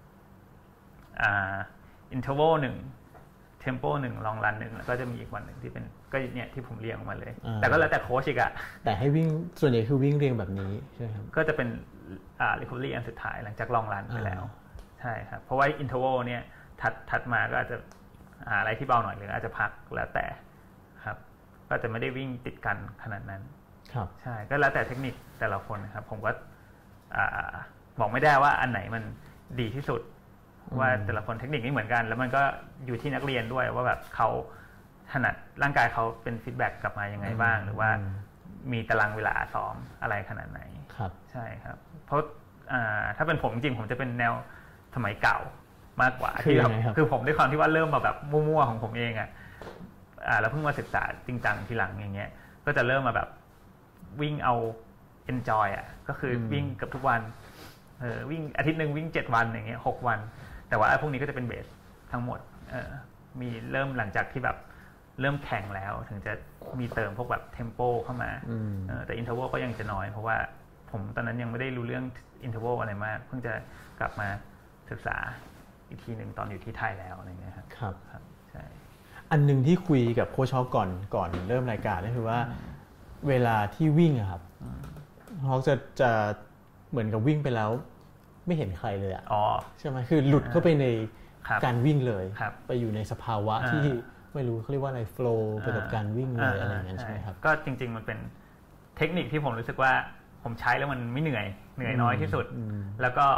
interval 1 tempo 1 long run 1แล้วก็จะมีอีกวันหนึ่งที่เป็นก็เนี่ยที่ผมเรียงออกมาเลยแต่ก็แล้วแต่โค้ชอีกอะแต่ให้วิ่งส่วนใหญ่คือวิ่งเรียงแบบนี้ใช่ครับก็จะเป็นrecovery อันสุดท้ายหลังจาก long run ไปแล้วใช่ครับเพราะว่า interval เนี่ยถัดมาก็อาจจะอะไรที่เบาหน่อยหรืออาจจะพักแล้วแต่ครับก็จะไม่ได้วิ่งติดกันขนาดนั้นครับใช่ก็แล้วแต่เทคนิคแต่ละคนนะครับผมก็บอกไม่ได้ว่าอันไหนมันดีที่สุดว่าแต่ละคนเทคนิคไม่เหมือนกันแล้วมันก็อยู่ที่นักเรียนด้วยว่าแบบเขาถนัดร่างกายเขาเป็นฟีดแบ็กกลับมายังไงบ้างหรือว่ามีตารางเวลาซ้อมอะไรขนาดไหนครับใช่ครับเพราะถ้าเป็นผมจริงผมจะเป็นแนวสมัยเก่ามากกว่าที่คือผมด้วยความที่ว่าเริ่มมาแบบมั่วๆของผมเองแล้วเพิ่งมาศึกษาจริงจังทีหลังอย่างเงี้ยก็จะเริ่มมาแบบวิ่งเอา enjoy ก็คือวิ่งกับทุกวันวิ่งอาทิตย์นึงวิ่ง7 วันอย่างเงี้ย6 วันแต่ว่าพวกนี้ก็จะเป็นเบสทั้งหมดมีเริ่มหลังจากที่แบบเริ่มแข่งแล้วถึงจะมีเติมพวกแบบเทมโปเข้ามาแต่อินเทอร์วัลก็ยังจะน้อยเพราะว่าผมตอนนั้นยังไม่ได้รู้เรื่องอินเทอร์วัลอะไรมากเพิ่งจะกลับมาศึกษาอีกทีหนึ่งตอนอยู่ที่ไทยแล้วอะไรเงี้ยครับครับใช่อันนึงที่คุยกับโค้ชก่อนเริ่มรายการก็คือว่าเวลาที่วิ่งครับเขาจะเหมือนกับวิ่งไปแล้วไม่เห็นใครเลยใช่ไหมคือหลุดเข้าไปในการวิ่งเลยไปอยู่ในสภาวะที่ไม่รู้เขาเรียกว่าอะไรโฟลว์ไปกับการวิ่งเลยอะไรอย่างนั้นใช่ไหมครับก็จริงๆมันเป็นเทคนิคที่ผมรู้สึกว่าผมใช้แล้วมันไม่เหนื่อยน้อยที่สุดแล้วก็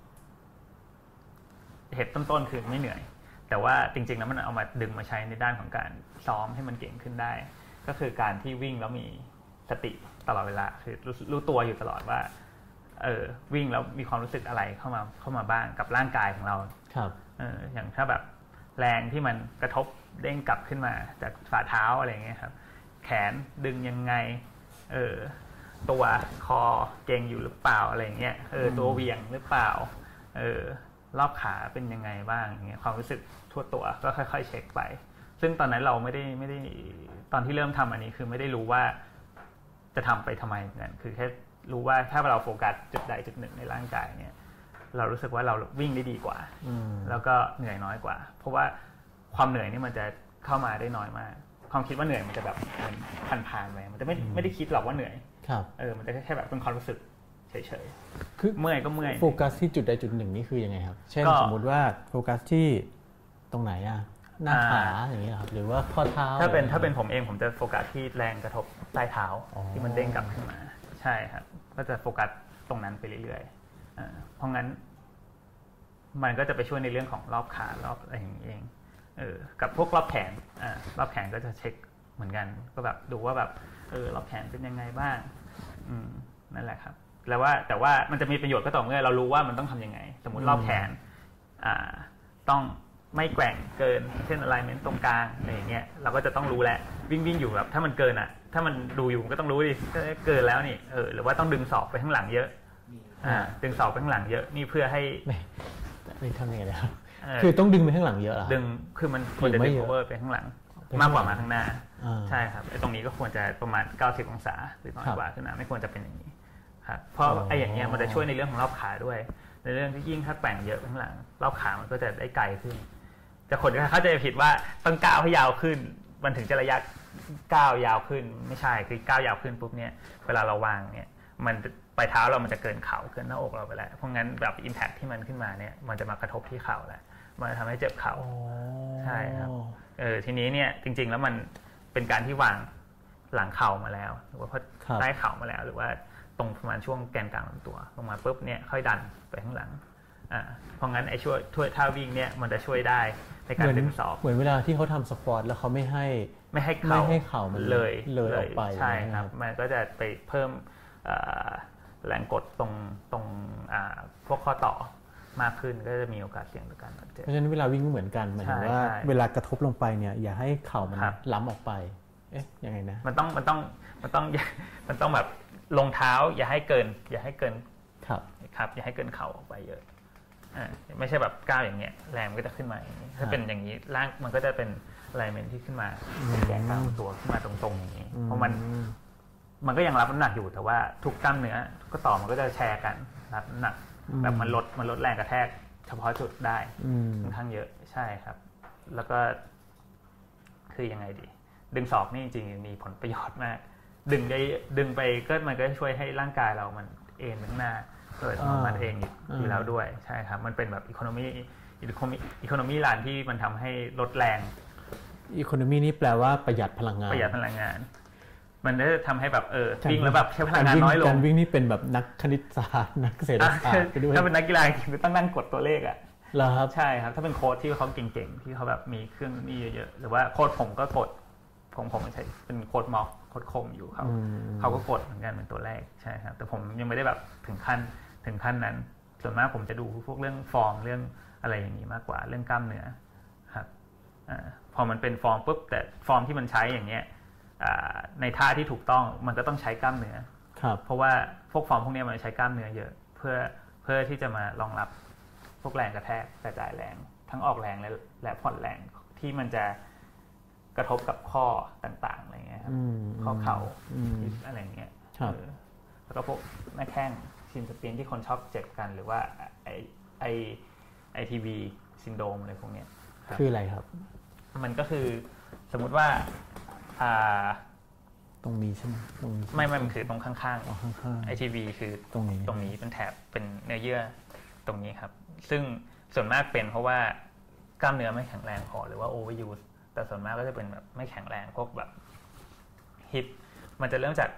เหตุต้นๆคือไม่เหนื่อยแต่ว่าจริงๆแล้วมันเอามาดึงมาใช้ในด้านของการซ้อมให้มันเก่งขึ้นได้ก็คือการที่วิ่งแล้วมีสติตลอดเวลาคือรู้ตัวอยู่ตลอดว่าวิ่งแล้วมีความรู้สึกอะไรเข้ามาบ้างกับร่างกายของเราครับอย่างถ้าแบบแรงที่มันกระทบเด้งกลับขึ้นมาจากฝ่าเท้าอะไรเงี้ยครับแขนดึงยังไงตัวคอเกร็งอยู่หรือเปล่าอะไรเงี้ยตัวเวียงหรือเปล่ารอบขาเป็นยังไงบ้างอย่างเงี้ยความรู้สึกทั่วตัวก็ค่อยๆเช็คไปซึ่งตอนนั้นเราไม่ได้ตอนที่เริ่มทำอันนี้คือไม่ได้รู้ว่าจะทำไปทำไมเหมือนกันคือแค่รู้ว่าถ้าเราโฟกัสจุดใดจุดหนึ่งในร่างกายเนี่ยเรารู้สึกว่าเราวิ่งได้ดีกว่าแล้วก็เหนื่อยน้อยกว่าเพราะว่าความเหนื่อยนี่มันจะเข้ามาได้น้อยมากความคิดว่าเหนื่อยมันจะแบบเหมือนผ่านไปมันจะไม่ได้คิดหรอกว่าเหนื่อยมันจะแค่แบบเป็นความรู้สึกเฉยๆคือเมื่อยก็เมื่อยโฟกัสที่จุดใดจุดหนึ่งนี่คือยังไงครับเช่นสมมติว่าโฟกัสที่ตรงไหนหน้าขาอย่างนี้ครับหรือว่าข้อเท้าถ้าเป็นผมเองผมจะโฟกัสที่แรงกระทบใต้เท้าที่มันเด้งกลับขึ้นมาใช่ครับก็จะโฟกัสตรงนั้นไปเรื่อยๆเพราะงั้นมันก็จะไปช่วยในเรื่องของรอบขารอบอะไรอย่างนี้เองกับพวกรอบแขนรอบแขนก็จะเช็คเหมือนกันก็แบบดูว่าแบบรอบแขนเป็นยังไงบ้างนั่นแหละครับแล้วว่าแต่ว่ามันจะมีประโยชน์ก็ต่อเมื่อเรารู้ว่ามันต้องทำยังไงสมมุติรอบแขนต้องไม่แกว่งเกินเช่น alignment ตรงกลางอะไรอย่างเงี้ยเราก็จะต้องรู้แหละวิ่งอยู่แบบถ้ามันเกินถ้ามันดูอยู่ก็ต้องรู้ดิเกินแล้วนี่หรือว่าต้องดึงศอกไปข้างหลังเยอะดึงศอกไปข้างหลังเยอะนี่เพื่อให้ไม่ทำยังไงนะครับคือต้องดึงไปข้างหลังเยอะเหรอดึงคือมันควรจะดึง over ไปข้างหลังมากกว่ามาข้างหน้าใช่ครับไอ้ตรงนี้ก็ควรจะประมาณ90องศาหรือน้อยกว่าขึ้นมาไม่ควรจะเป็นอย่างนี้ครับเพราะไอ้อย่างเงี้ยมันจะช่วยในเรื่องของรอบขาด้วยในเรื่องที่ยิ่งถ้าแกว่งเยอะข้างหลังรอบขามันก็จะได้ไกลขึ้นแต่คนก็เข้าใจผิดว่าต้องก้าวให้ยาวขึ้นมันถึงจะระยะก้าวยาวขึ้นไม่ใช่คือก้าวยาวขึ้นปุ๊บเนี่ยเวลาเราวางเนี่ยมันปลายเท้าเรามันจะเกินเข่าเกินหน้าอกเราไปแล้วเพราะงั้นแบบอิมแพคที่มันขึ้นมาเนี่ยมันจะมากระทบที่เข่าแหละมันทำให้เจ็บเข่าใช่ครับทีนี้เนี่ยจริงๆแล้วมันเป็นการที่วางหลังเข่ามาแล้วหรือว่าใต้เข่ามาแล้วหรือว่าตรงประมาณช่วงแกนกลางลำตัวลงมาปุ๊บเนี่ยค่อยดันไปข้างหลังเพราะงั้นไอ้ช่วยท่าวิ่งเนี่ยมันจะช่วยได้ในการดึงศอกเหมือนเวลาที่เขาทำสควอตแล้วเขาไม่ให้เข่ามันเลยออกไปใช่ครับมันก็จะไปเพิ่มแรงกดตรงพวกข้อต่อมากขึ้นก็จะมีโอกาสเสี่ยงต่อการบาดเจ็บเพราะฉะนั้นเวลาวิ่งก็เหมือนกันหมายถึงว่าเวลากระทบลงไปเนี่ยอย่าให้เข่ามันล้ำออกไปยังไงนะมันต้องแบบลงเท้าอย่าให้เกินครับอย่าให้เกินเข่าออกไปเยอะไม่ใช่แบบก้าวอย่างเงี้ยแรงมันก็จะขึ้นมาอย่างนี้ถ้าเป็นอย่างนี้ร่างมันก็จะเป็นไลเมนที่ขึ้นมาแกนกลางตัวขึ้นมาตรงๆอย่างนี้เพราะมันก็ยังรับน้ำหนักอยู่แต่ว่าทุกกล้ามเนื้อก็ต่อมันก็จะแชร์กันรับน้ำหนักแบบมันลดแรงกระแทกเฉพาะจุดได้ค่อนข้างเยอะใช่ครับแล้วก็คือยังไงดีดึงศอกนี่จริงๆมีผลประโยชน์มากดึงไปก็มันก็ช่วยให้ร่างกายเรามันเอ็นไปข้างหน้าโดยอัตโนมัติเองอยู่แล้วด้วยใช่ครับมันเป็นแบบอีโคโนมีรันที่มันทำให้ลดแรงอีโคโนมีนี่แปลว่าประหยัดพลังงานมันจะทำให้แบบวิ่งแล้วแบบใช้พลังงานน้อยลงการวิ่งนี่เป็นแบบนักคณิตศาสตร์นักเศรษฐศาสตร์ไปด้วยถ้าเป็นนักกีฬาจริงๆต้องนั่งกดตัวเลขอ่ะเหรอครับใช่ครับถ้าเป็นโค้ชที่เขาเก่งๆที่เขาแบบมีเครื่องนี้เยอะๆหรือว่าโค้ชผมก็กดผมใช้เป็นโค้ดม็อกโค้ดคมอยู่เขาก็กดเหมือนกันเป็นตัวแรกใช่ครับแต่ผมยังไม่ได้แบบถึงขั้นนั้นส่วนมากผมจะดูพวกเรื่องฟอร์มเรื่องอะไรอย่างนี้มากกว่าเรื่องกล้ามเนื้อครับพอมันเป็นฟอร์มปุ๊บแต่ฟอร์มที่มันใช้อย่างเงี้ยในท่าที่ถูกต้องมันก็ต้องใช้กล้ามเนื้อเพราะว่าพวกฟอร์มพวกนี้มันใช้กล้ามเนื้อเยอะเพื่อที่จะมารองรับพวกแรงกระแทกกระจายแรงทั้งออกแรงและผ่อนแรงที่มันจะกระทบกับข้อต่างๆอะไรเงี้ยครับข้อเข่าอะไรเงี้ยแล้วก็พวกหน้าแข้งชินสปรินที่คนชอบเจ็บกันหรือว่าITV ซินโดรมอะไรพวกเนี้ยคืออะไรครับมันก็คือสมมุติว่าตรงนี้ใช่ไหมตรงนี้ไม่มันคือตรงข้างๆ ITV คือตรงนี้เป็นแถบเป็นเนื้อเยื่อตรงนี้ครับซึ่งส่วนมากเป็นเพราะว่ากล้ามเนื้อไม่แข็งแรงพอหรือว่า overuse แต่ส่วนมากก็จะเป็นแบบไม่แข็งแรงพวกแบบฮิปมันจะเริ่มจาก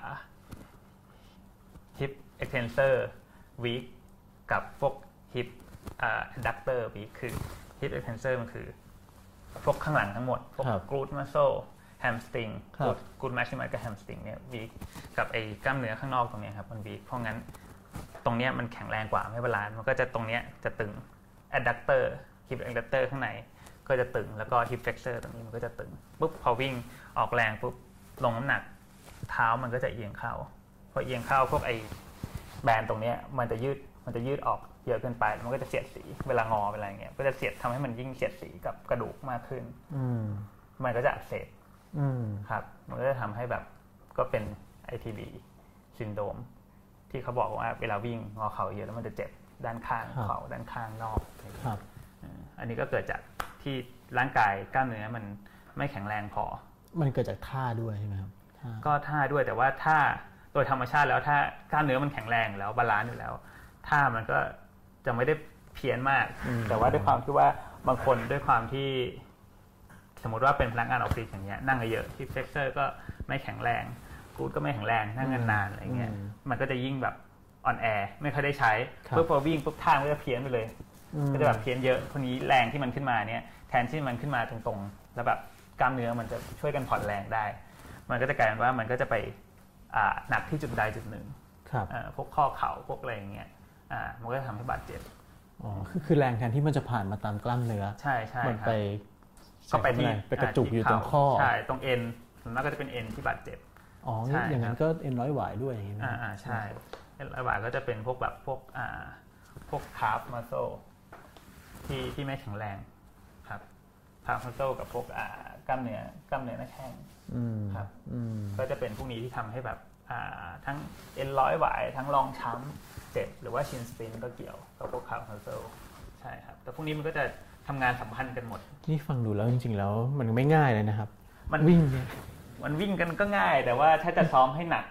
hip extensor weak กับพวก hip adductor weak คือ hip extensor มันคือพวกข้างหลังทั้งหมดพวก glute muscle hamstring glute maximus กับ hamstring เนี่ย weak กับไอ้กล้ามเนื้อข้างนอกตรงนี้ครับมัน weak เพราะงั้นตรงนี้มันแข็งแรงกว่าไม่บาลานซ์มันก็จะตรงนี้จะตึง adductor hip adductor ข้างในก็จะตึงแล้วก็ hip flexor ตรงนี้มันก็จะตึงปุ๊บพอวิ่งออกแรงปุ๊บลงน้ำหนักเท้ามันก็จะเอียงเข้าพอเอียงเข้าพวกไอ้แบนตรงนี้มันจะยืดออกเยอะเกินไปมันก็จะเสียดสีเวลางอเวลาอย่างเงี้ยก็จะเสียดทำให้มันยิ่งเสียดสีกับกระดูกมากขึ้นมันก็จะอักเสบครับมันก็จะทำให้แบบก็เป็น ITB ซินโดรมที่เขาบอกว่าเวลาวิ่งงอเข่าเยอะแล้วมันจะเจ็บด้านข้างเข่าด้านข้างนอกอันนี้ก็เกิดจากที่ร่างกายกล้ามเนื้อมันไม่แข็งแรงพอมันเกิดจากท่าด้วยใช่ไหมครับก็ท่าด้วยแต่ว่าท่าโดยธรรมชาติแล้วถ้ากล้ามเนื้อมันแข็งแรงแล้วบาลานซ์อยู่แล้วท่ามันก็จะไม่ได้เพี้ยนมากแต่ว่าด้วยความที่ว่าบางคนด้วยความที่สมมติว่าเป็นพนักงานออฟฟิศอย่างเงี้ยนั่งเยอะที่เฟกเซอร์ก็ไม่แข็งแรงกู๊ดก็ไม่แข็งแรงนั่งนานๆอะไรเงี้ยมันก็จะยิ่งแบบอ่อนแอไม่ค่อยได้ใช้ปุ๊บพอวิ่งปุ๊บท่ามันก็เพี้ยนไปเลยก็จะแบบเพี้ยนเยอะคนนี้แรงที่มันขึ้นมาเนี่ยแทนที่มันขึ้นมาตรงๆแล้วแบบกล้ามเนื้อมันจะช่วยกันผ่อนแรงได้มันก็จะกลายเป็นว่ามันก็จะไปหนักที่จุดใดจุดหนึ่งพวกข้อเข่าพวกอะไรอย่างเงี้ยมันก็จะทำให้บาดเจ็บคือแรงแทนที่มันจะผ่านมาตามกล้ามเนื้อใช่ใช่มันไปที่ไปกระจุกอยู่ตรงข้อใช่ตรงเอ็นมันก็จะเป็นเอ็นที่บาดเจ็บอย่างนั้นก็เอ็นร้อยหวายด้วยอย่างนี้ใช่เอ็นร้อยหวายก็จะเป็นพวกแบบพวกคาร์ฟมัสโซที่ไม่แข็งแรงครับคาร์ฟมัสโซกับพวกกล้ามเนื้อหน้าแข้งครับก็จะเป็นพวกนี้ที่ทำให้แบบทั้งเอ็นร้อยหวายทั้งรองช้ำเจ็บหรือว่าชินสปรินก็เกี่ยวกับพวกคาร์บมัสเซิลใช่ครับแต่พวกนี้มันก็จะทำงานสัมพันธ์กันหมดนี่ฟังดูแล้วจริงๆแล้วมันไม่ง่ายเลยนะครับมันวิ่งกันก็ง่ายแต่ว่าถ้าจะซ้อมให้หนัก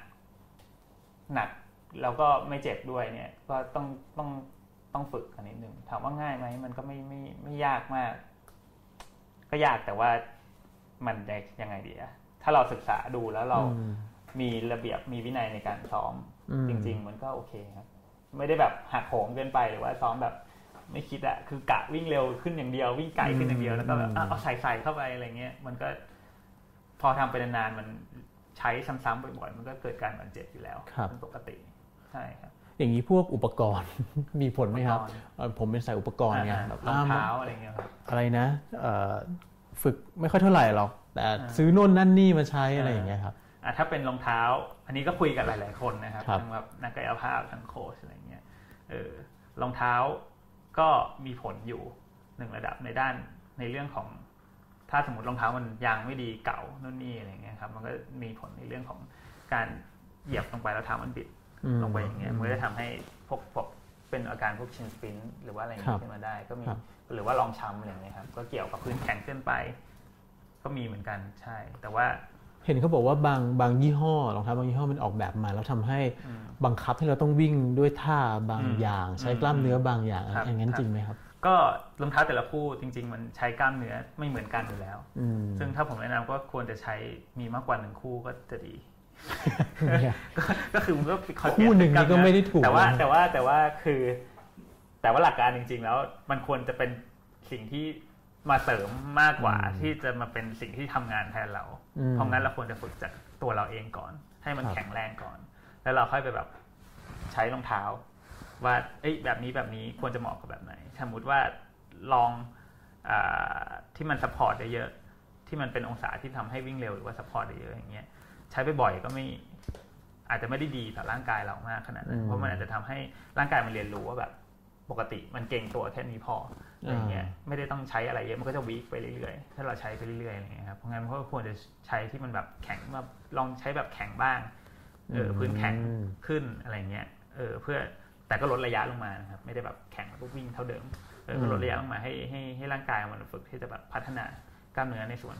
แล้วก็ไม่เจ็บด้วยเนี่ยก็ต้องฝึกกันนิดนึงถามว่าง่ายไหมมันก็ไม่ยากมากก็ยากแต่ว่ามันจะยังไงดีอะถ้าเราศึกษาดูแล้วเรามีระเบียบมีวินัยในการซ้อมจริงๆมันก็โอเคครับไม่ได้แบบหักโหมเกินไปหรือว่าซ้อมแบบไม่คิดอะคือกะวิ่งเร็วขึ้นอย่างเดียววิ่งไกลขึ้นอย่างเดียวแล้วก็แบบเอาใส่เข้าไปอะไรเงี้ยมันก็พอทำไปนานๆมันใช้ซ้ำๆบ่อยๆมันก็เกิดการบาดเจ็บอยู่แล้วเป็นปกติใช่ครับอย่างนี้พวกอุปกรณ์มีผลไหมครับผมเป็นใส่อุปกรณ์เนี่ยรองเท้าอะไรเงี้ยครับอะไรนะฝึกไม่ค่อยเท่าไหร่หรอกแต่ซื้อโน่นนั่นนี่มาใช้อะไรอย่างเงี้ยครับถ้าเป็นรองเท้าอันนี้ก็คุยกับหลายๆคนนะครับทั้งแบบนักกายภาพทั้งโค้ชอะไรเงี้ยรองเท้าก็มีผลอยู่1ระดับในเรื่องของถ้าสมมติรองเท้ามันยางไม่ดีเก่านู่นนี่อะไรเงี้ยครับมันก็มีผลในเรื่องของการเหยียบลงไปแล้วเท้ามันบิดลงไปอย่างเงี้ยมันก็จะทำให้พวกเป็นอาการพวกชินสปรินหรือว่าอะไรอย่างเงี้ยขึ้นมาได้ก็มีหรือว่ารองช้ำอะไรอย่างเงี้ยครับก็เกี่ยวกับพื้นแข็งเกินไปก็มีเหมือนกันใช่แต่ว่าเห็นเขาบอกว่าบางยี่ห้อรองเท้าบางยี่ห้อมันออกแบบมาแล้วทำให้บังคับให้เราต้องวิ่งด้วยท่าบางอย่างใช้กล้ามเนื้อบางอย่างอย่างนั้นจริงไหมครับก็รองเท้าแต่ละคู่จริงๆมันใช้กล้ามเนื้อไม่เหมือนกันอยู่แล้วซึ่งถ้าผมแนะนำก็ควรจะใช้มีมากกว่า1คู่ก็จะดีก็คือมันก็คู่หนึ่งนี่ก็ไม่ได้ถูกแต่ว่าคือแต่ว่าหลักการจริงๆแล้วมันควรจะเป็นสิ่งที่มาเสริมมากกว่าที่จะมาเป็นสิ่งที่ทำงานแทนเราเพราะงั้นเราควรจะฝึกจากตัวเราเองก่อนให้มันแข็งแรงก่อนแล้วเราค่อยไปแบบใช้รองเท้าว่าแบบนี้ควรจะเหมาะกับแบบไหนสมมติว่าลองที่มันซัพพอร์ตเยอะๆที่มันเป็นองศาที่ทำให้วิ่งเร็วหรือว่าซัพพอร์ตเยอะๆอย่างเงี้ยใช้ไปบ่อยก็ไม่อาจจะไม่ได้ดีต่อร่างกายเรามากขนาดนั้นเพราะมันอาจจะทำให้ร่างกายมันเรียนรู้ว่าแบบปกติมันเก่งตัวแค่นี้พออะไรเงี้ยไม่ได้ต้องใช้อะไรเยอะมันก็จะวีคไปเรื่อยๆถ้าเราใช้ไปเรื่อยๆอะไรเงี้ยครับเพราะงั้นก็ควรจะใช้ที่มันแบบแข็งมาลองใช้แบบแข็งบ้างพื้นแข็งขึ้นอะไรเงี้ยเพื่อแต่ก็ลดระยะลงมานะครับไม่ได้แบบแข็งแล้วก็วิ่งเท่าเดิมก็ลดระยะลงมาให้ร่างกายมันฝึกที่จะแบบพัฒนากล้ามเนื้อในส่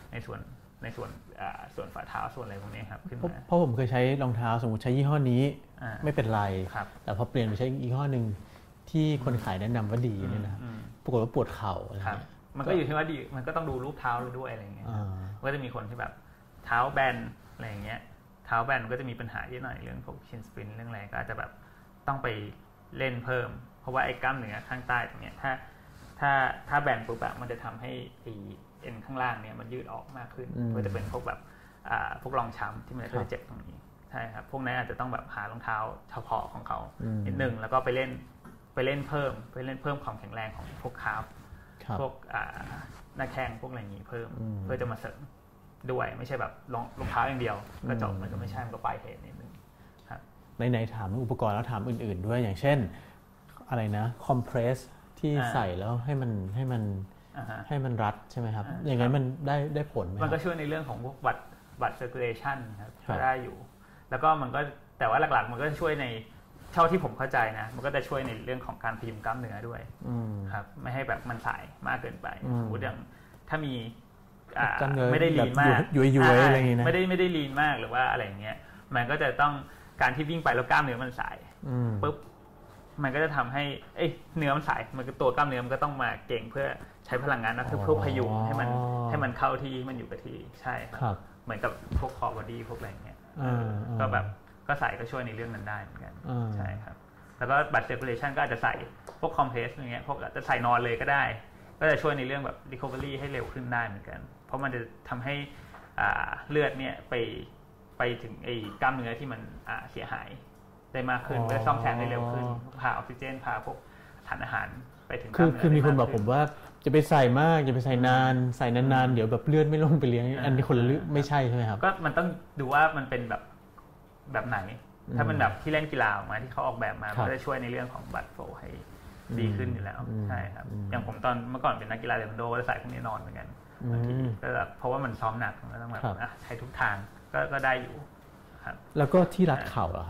วนฝ่าเท้าส่วนอะไรพวกนี้ครับขึ้นมาเพราะผมเคยใช้รองเท้าสมมติใช้ยี่ห้อนี้ไม่เป็นไรแต่พอเปลี่ยนไปใช้ยี่ห้อนึงที่คนขายแนะนำว่าดีเนี่ยนะปรากฏว่าปวดเข่าอะไรเงี้ยมันก็อยู่ที่ว่าดีมันก็ต้องดูรูปเท้าเราด้วยอะไรเงี้ยก็จะมีคนที่แบบเท้าแบนอะไรเงี้ยเท้าแบนก็จะมีปัญหาเยอะหน่อยเรื่องพวกชินสปรินเรื่องอะไรก็อาจจะแบบต้องไปเล่นเพิ่มเพราะว่าไอ้กล้ามเนื้อข้างใต้ตรงเนี้ยถ้าแบนปุ๊บมันจะทำให้เอ็นข้างล่างเนี่ยมันยืดออกมากขึ้นก็จะเป็นพวกแบบพวกรองช้ำที่มันจะเจ็บตรงนี้ใช่ครับพวกนั้นอาจจะต้องแบบหารองเท้าเฉพาะของเขานิดนึงแล้วก็ไปเล่นเพิ่มความแข็งแรงของพวกคาร์ฟพวกหน้าแข้งพวกอะไรอย่างนี้เพิ่มเพื่อจะมาเสริมด้วยไม่ใช่แบบรองเท้าอย่างเดียวก็จบมันก็ไม่ใช่มันก็ปลายเหตุนิดนึงครับในถามอุปกรณ์แล้วถามอื่นๆด้วยอย่างเช่นอะไรนะคอมเพรสที่ใส่แล้วให้มันรัดใช่ไหมครับอย่างนั้นมันได้ผลไหมมันก็ช่วยในเรื่องของพวกบัตร circulation ครับก็ได้อยู่แล้วก็มันก็แต่ว่าหลักๆมันก็ช่วยในเท่าที่ผมเข้าใจนะมันก็จะช่วยในเรื่องของการพยุงกล้ามเนื้อด้วยครับไม่ให้แบบมันสายมากเกินไปสมมติอย่างถ้ามีไม่ได้ลีนมากย้วยๆอะไรอย่างนี้นะไม่ได้ลีนมากหรือว่าอะไรอย่างเงี้ยมันก็จะต้องการที่วิ่งไปแล้วกล้ามเนื้อมันสายปุ๊บมันก็จะทำให้เนื้อมันสายมันก็ตัวกล้ามเนื้อมันก็ต้องมาเก่งเพื่อใช้พลังงานนะคือเพื่อพยุงให้มันเข้าที่มันอยู่กับที่ใช่ครับเหมือนกับพวกคอบอดี้พวกอะไรเงี้ยก็แบบก็ใส่ก็ช่วยในเรื่องนั้นได้เหมือนกันใช่ครับแล้วก็บัตร circulation ก็อาจจะใส่พวกคอมเพรสอย่างเงี้ยพวกจะใส่นอนเลยก็ได้ก็จะช่วยในเรื่องแบบ recovery ให้เร็วขึ้นได้เหมือนกันเพราะมันจะทำให้เลือดเนี่ยไปถึงไอ้กล้ามเนื้อที่มันเสียหายได้มากขึ้นเพื่อซ่อมแซมได้เร็วขึ้นพาออกซิเจนพาพวกถ่านอาหารไปถึงกล้ามเนื้อคือมีคนบอกผมว่าจะไปใส่มากจะไปใส่นานเดี๋ยวแบบเลือดไม่ลงไปเลี้ยงอันนี้คนละไม่ใช่ใช่ไหมครับก็มันต้องดูว่ามันเป็นแบบไหนถ้ามันแบบที่เล่นกีฬาออกมาที่เขาออกแบบมาก็จะช่วยในเรื่องของบัตรโฟลให้ดีขึ้นอยู่แล้วใช่ครับอย่างผมตอนเมื่อก่อนเป็นนักกีฬาเทควันโดก็จะใส่พวกนี้นอนเหมือนกันบางทีก็แบบเพราะว่ามันซ้อมหนักก็ต้องแบบใช้ทุกทางก็ได้อยู่ครับแล้วก็ที่รัดเข่าเหรอครับ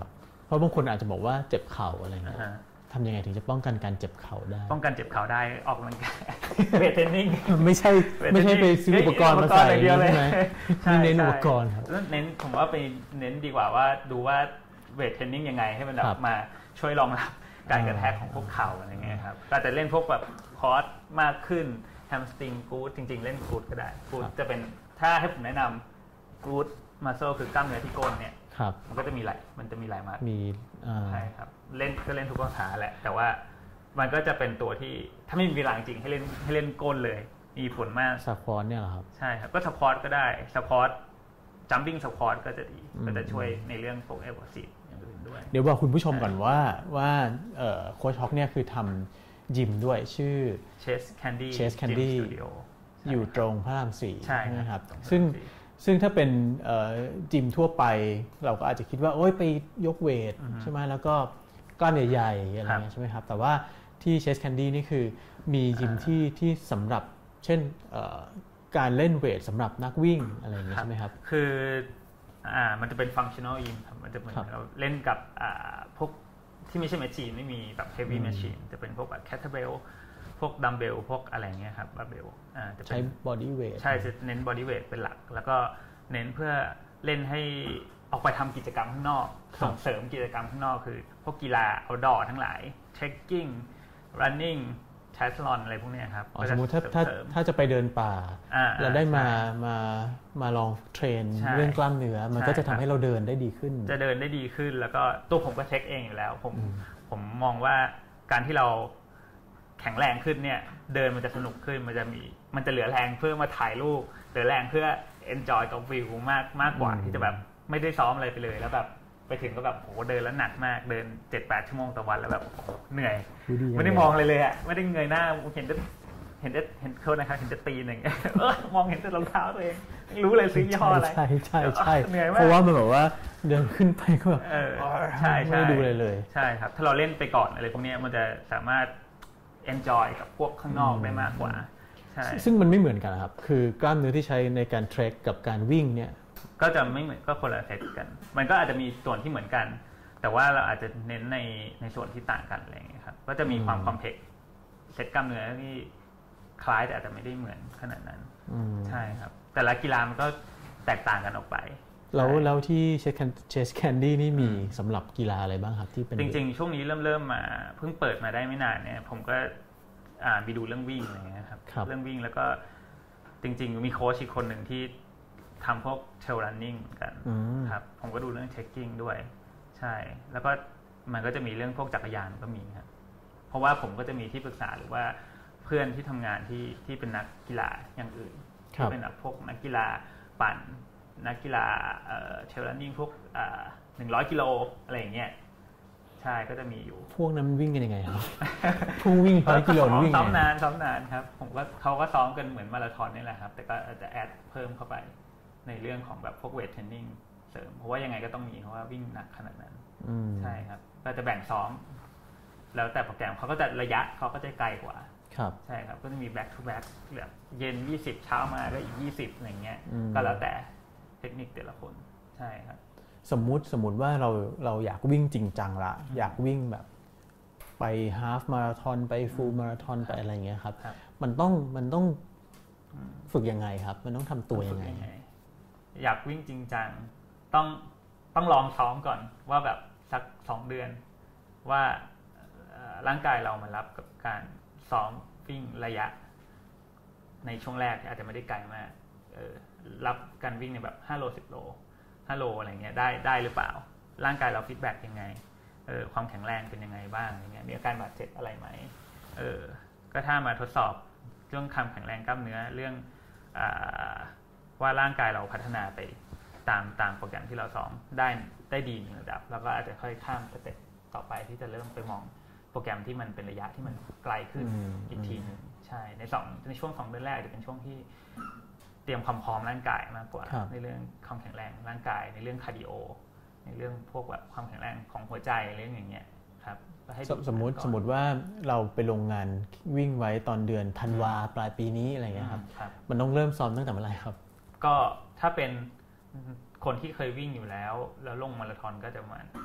เพราะบางคนอาจจะบอกว่าเจ็บเข่าอะไรเงี้ยทำยังไงถึงจะป้องกันการเจ็บเข่าได้ป้องกันเจ็บเข่าได้ออกกำลังกายเวทเทรนนิ่งไม่ใช่ไปซื้ออุปกรณ์มาใส่ใช่ไหมนี่เน้นอุปกรณ์ครับเน้นผมว่าไปเน้นดีกว่าว่าดูว่าเวทเทรนนิ่งยังไงให้มันแบบมาช่วยรองรับการกระแทกของพวกเข่าอะไรเงี้ยครับก็จะเล่นพวกแบบคอร์สมากขึ้นแฮมสตริงกู๊ดจริงๆเล่นกู๊ดก็ได้กู๊ดจะเป็นถ้าให้ผมแนะนำกู๊ดมัสเซิลคือกล้ามเนื้อที่ก้นเนี่ยมันก็จะมีหลายมัดใช่ครับเล่นก็เล่นทุกภาษาแหละแต่ว่ามันก็จะเป็นตัวที่ถ้าไม่มีเวลาจริงให้เล่นก้นเลยมีผลมากสควอตเนี่ยเหรอครับใช่ครับก็สควอตก็ได้สควอตจัมปิ้งสควอตก็จะดีก็จะช่วยในเรื่องพวกเอเวอร์ซีอย่างอื่นด้วยเดี๋ยวบอกคุณผู้ชมก่อนว่าโค้ชฮอกเนี่ยคือทำยิมด้วยชื่อ Chase Candy อยู่ตรงพระราม4 ใช่ไหมครับซึ่งถ้าเป็นจิมทั่วไปเราก็อาจจะคิดว่าโอ๊ยไปยกเวทใช่ไหมแล้วก็ก้อนใหญ่ๆอะไรเงี้ยใช่ไหมครับแต่ว่าที่ Chase Candy นี่คือมียิมที่สำหรับเช่นการเล่นเวทสำหรับนักวิ่งอะไรอย่างเงี้ยใช่ไหมครับคือมันจะเป็นฟังชั่นอลยิมครับมันจะเหมือนเราเล่นกับพวกที่ไม่ใช่แมชชีนไม่มีแบบเฮฟวี่แมชชีนจะเป็นพวกแบบแคทเทอร์เบลพวกดัมเบลพวกอะไรเงี้ยครับบาร์เบลจะใช้บอดี้เวทใช่จะเน้นบอดี้เวทเป็นหลักแล้วก็เน้นเพื่อเล่นให้ออกไปทำกิจกรรมข้างนอกส่งเสริมกิจกรรมข้างนอกคือพวกกีฬาเอาดอทั้งหลายเทรคกิ้งรันนิ่งไทรลอนอะไรพวกนี้ครับสมมติถ้าจะไปเดินป่าเราได้มาลองเทรนเรื่องกล้ามเนื้อมันก็จะทำให้เราเดินได้ดีขึ้นจะเดินได้ดีขึ้นแล้วก็ตัวผมก็เช็คเองอยู่แล้วผมมองว่าการที่เราแข็งแรงขึ้นเนี่ยเดินมันจะสนุกขึ้นมันจะเหลือแรงเพื่อมาถ่ายรูปเหลือแรงเพื่อ enjoy กับวิวมากกว่าที่จะแบบไม่ได้ซ้อมอะไรไปเลยแล้วแบบไปถึงก็แบบโหเดินแล้วหนักมากเดิน 7-8 ชั่วโมงต่อวันแล้วแบบเหนื่อยไม่ได้มองเลยอ่ะไม่ได้เงยหน้าเห็นโทษนะครับเห็นจะตีหนึ่งมองเห็นแต่รองเท้าตัวเองรู้เลยซื้อยี่ห้ออะไรใช่เพราะว่ามันแบบว่าเดินขึ้นไปก็แบบใช่ไม่ดูเลยใช่ครับถ้าเราเล่นไปก่อนอะไรพวกนี้มันจะสามารถ enjoy กับพวกข้างนอกได้มากกว่าใช่ซึ่งมันไม่เหมือนกันครับคือกล้ามเนื้อที่ใช้ในการเทรคกับการวิ่งเนี่ยก็จะไม่เหมือนก็คนละเซตกันมันก็อาจจะมีส่วนที่เหมือนกันแต่ว่าเราอาจจะเน้นในส่วนที่ต่างกันอะไรอย่างเงี้ยครับก็จะมีความคอมเพล็กซ์เซตกล้ามเนื้อที่คล้ายแต่อาจจะไม่ได้เหมือนขนาดนั้นใช่ครับแต่ละกีฬามันก็แตกต่างกันออกไปแล้วที่เชสแคนดี้นี่มีสำหรับกีฬาอะไรบ้างครับที่เป็นจริงๆช่วงนี้เริ่มมาเพิ่งเปิดมาได้ไม่นานเนี่ยผมก็ไปดูเรื่องวิ่งอะไรเงี้ยครับเรื่องวิ่งแล้วก็จริงๆมีโค้ชอีกคนหนึ่งที่ทำพวกเทรลรันนิ่งกันครับผมก็ดูเรื่องเทคกิ้งด้วยใช่แล้วก็มันก็จะมีเรื่องพวกจักรยานก็มีครับเพราะว่าผมก็จะมีที่ปรึกษาหรือว่าเพื่อนที่ทำงานที่เป็นนักกีฬาอย่างอื่นที่เป็นพวกนักกีฬาปั่นนักกีฬาเทรลรันนิ่งพวก100 กิโลอะไรอย่างเงี้ยใช่ก็จะมีอยู่พวกนั้นวิ่งกันยังไงครับพวกวิ่ง100 กิโลวิ่งซ้อมนานครับผมว่าเขาก็ซ้อมกันเหมือนมาราธอนนี่แหละครับแต่ก็อาจจะแอดเพิ่มเข้าไปในเรื่องของแบบพวกเวทเทรนนิ่งเสริมเพราะว่ายังไงก็ต้องมีเพราะว่าวิ่งหนักขนาดนั้นใช่ครับก็จะแบ่งซ้อมแล้วแต่โปรแกรมเขาก็จะระยะเขาก็จะไกลกว่าใช่ครับก็จะมี back to back แบบเย็น20เช้ามาก็อีก20อะไรเงี้ยก็แล้วแต่เทคนิคแต่ละคนใช่ครับสมมุติว่าเราอยากวิ่งจริงจังละอยากวิ่งแบบไปฮาล์ฟมาราธอนไปฟูลมาราธอนไปอะไรเงี้ยครับมันต้องฝึกยังไงครับมันต้องทำตัวยังไงอยากวิ่งจริงจังต้องลองซ้อมก่อนว่าแบบสัก2 เดือนว่าร่างกายเรามันรับกับการซ้อมวิ่งระยะในช่วงแรกที่อาจจะไม่ได้ไกลมากรับการวิ่งในแบบ5 โล 10 โล5 โลอะไรเงี้ยได้หรือเปล่าร่างกายเราฟีดแบ็กยังไงความแข็งแรงเป็นยังไงบ้างอย่างเงี้ยมีอาการบาดเจ็บอะไรไหมก็ถ้ามาทดสอบเรื่องความแข็งแรงกล้ามเนื้อเรื่องว่าร่างกายเราพัฒนาไปตามโปรแกรมที่เราซ้อมได้ดีในระดับแล้วก็อาจจะค่อยข้ามสเต็ปต่อไปที่จะเริ่มไปมองโปรแกรมที่มันเป็นระยะที่มันไกลขึ้นอีกทีนึงใช่ในช่วง2 เดือนแรกจะเป็นช่วงที่เตรียมความพร้อมร่างกายมากกว่าในเรื่องความแข็งแรงร่างกายในเรื่องคาร์ดิโอในเรื่องพวกแบบความแข็งแรงของหัวใจเรื่องอย่างเงี้ยครับสมมติว่าเราไปลงงานวิ่งไว้ตอนเดือนธันวาปลายปีนี้อะไรเงี้ยครับมันต้องเริ่มซ้อมตั้งแต่เมื่อไหร่ครับก็ถ้าเป็นคนที่เคยวิ่งอยู่แล้วลงมาราธอนก็จะประมาณ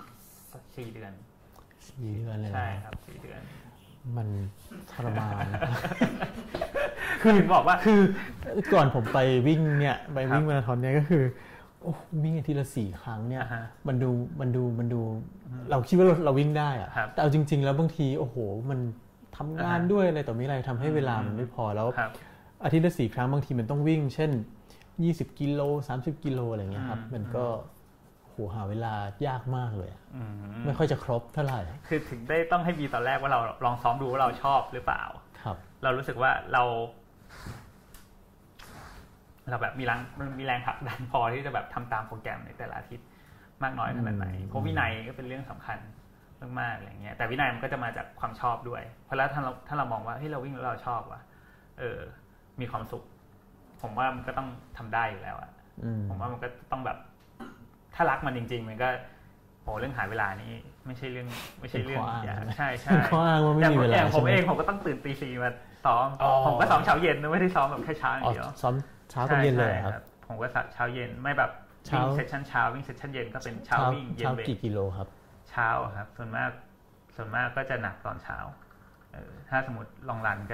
4 เดือนเลยใช่ครับ4 เดือนมันทรมานคือถึงบอกว่าคือก่อนผมไปวิ่งเนี่ยไปวิ่งมาราธอนเนี่ยก็คือโอ้วิ่งอาทิตย์ละ4 ครั้งเนี่ยมันดูเราคิดว่าเราวิ่งได้อะแต่เอาจริงๆแล้วบางทีโอ้โหมันทำงานด้วยอะไรต่อมีอะไรทำให้เวลามันไม่พอแล้วอาทิตย์ละ4 ครั้งบางทีมันต้องวิ่งเช่น20 กิโล30 กิโลอะไรเงี้ยครับมันก็หาเวลายากมากเลยไม่ค่อยจะครบเท่าไหร่คือถึงได้ต้องให้บีตอนแรกว่าเราลองซ้อมดูว่าเราชอบหรือเปล่าครับเรารู้สึกว่าเราแบบมีแรงผลักดันพอที่จะแบบทำตามโปรแกรมในแต่ละอาทิตย์มากน้อยขนาดไหนเพราะวินัยก็เป็นเรื่องสำคัญมากๆอะไรเงี้ยแต่วินัยมันก็จะมาจากความชอบด้วยเพราะแล้วถ้าเรามองว่าเฮ้ยเราวิ่งแล้วเราชอบว่ะมีความสุขผมว่ามันก็ต้องทำได้อยู่แล้วอ่ะผมว่ามันก็ต้องแบบถ้ารักมันจริงๆมันก็โหเรื่องหาเวลานี้ไม่ใช่เรื่องใช่ใช่ข้ออ้างว่าไม่มีเวลาผมก็ต้องตื่นตี 4มาซ้อมผมก็ซ้อมเช้าเย็นนะไม่ได้ซ้อมแบบแค่เช้าอย่างเดียวซ้อมเช้ากับเย็นเลยครับผมก็เช้าเย็นไม่แบบวิ่งเซสชั่นเช้าวิ่งเซสชั่นเย็นก็เป็นเช้าวิ่งเย็นเวทกี่กิโลครับเช้าครับส่วนมากก็จะหนักตอนเช้าถ้าสมมติลองรันก็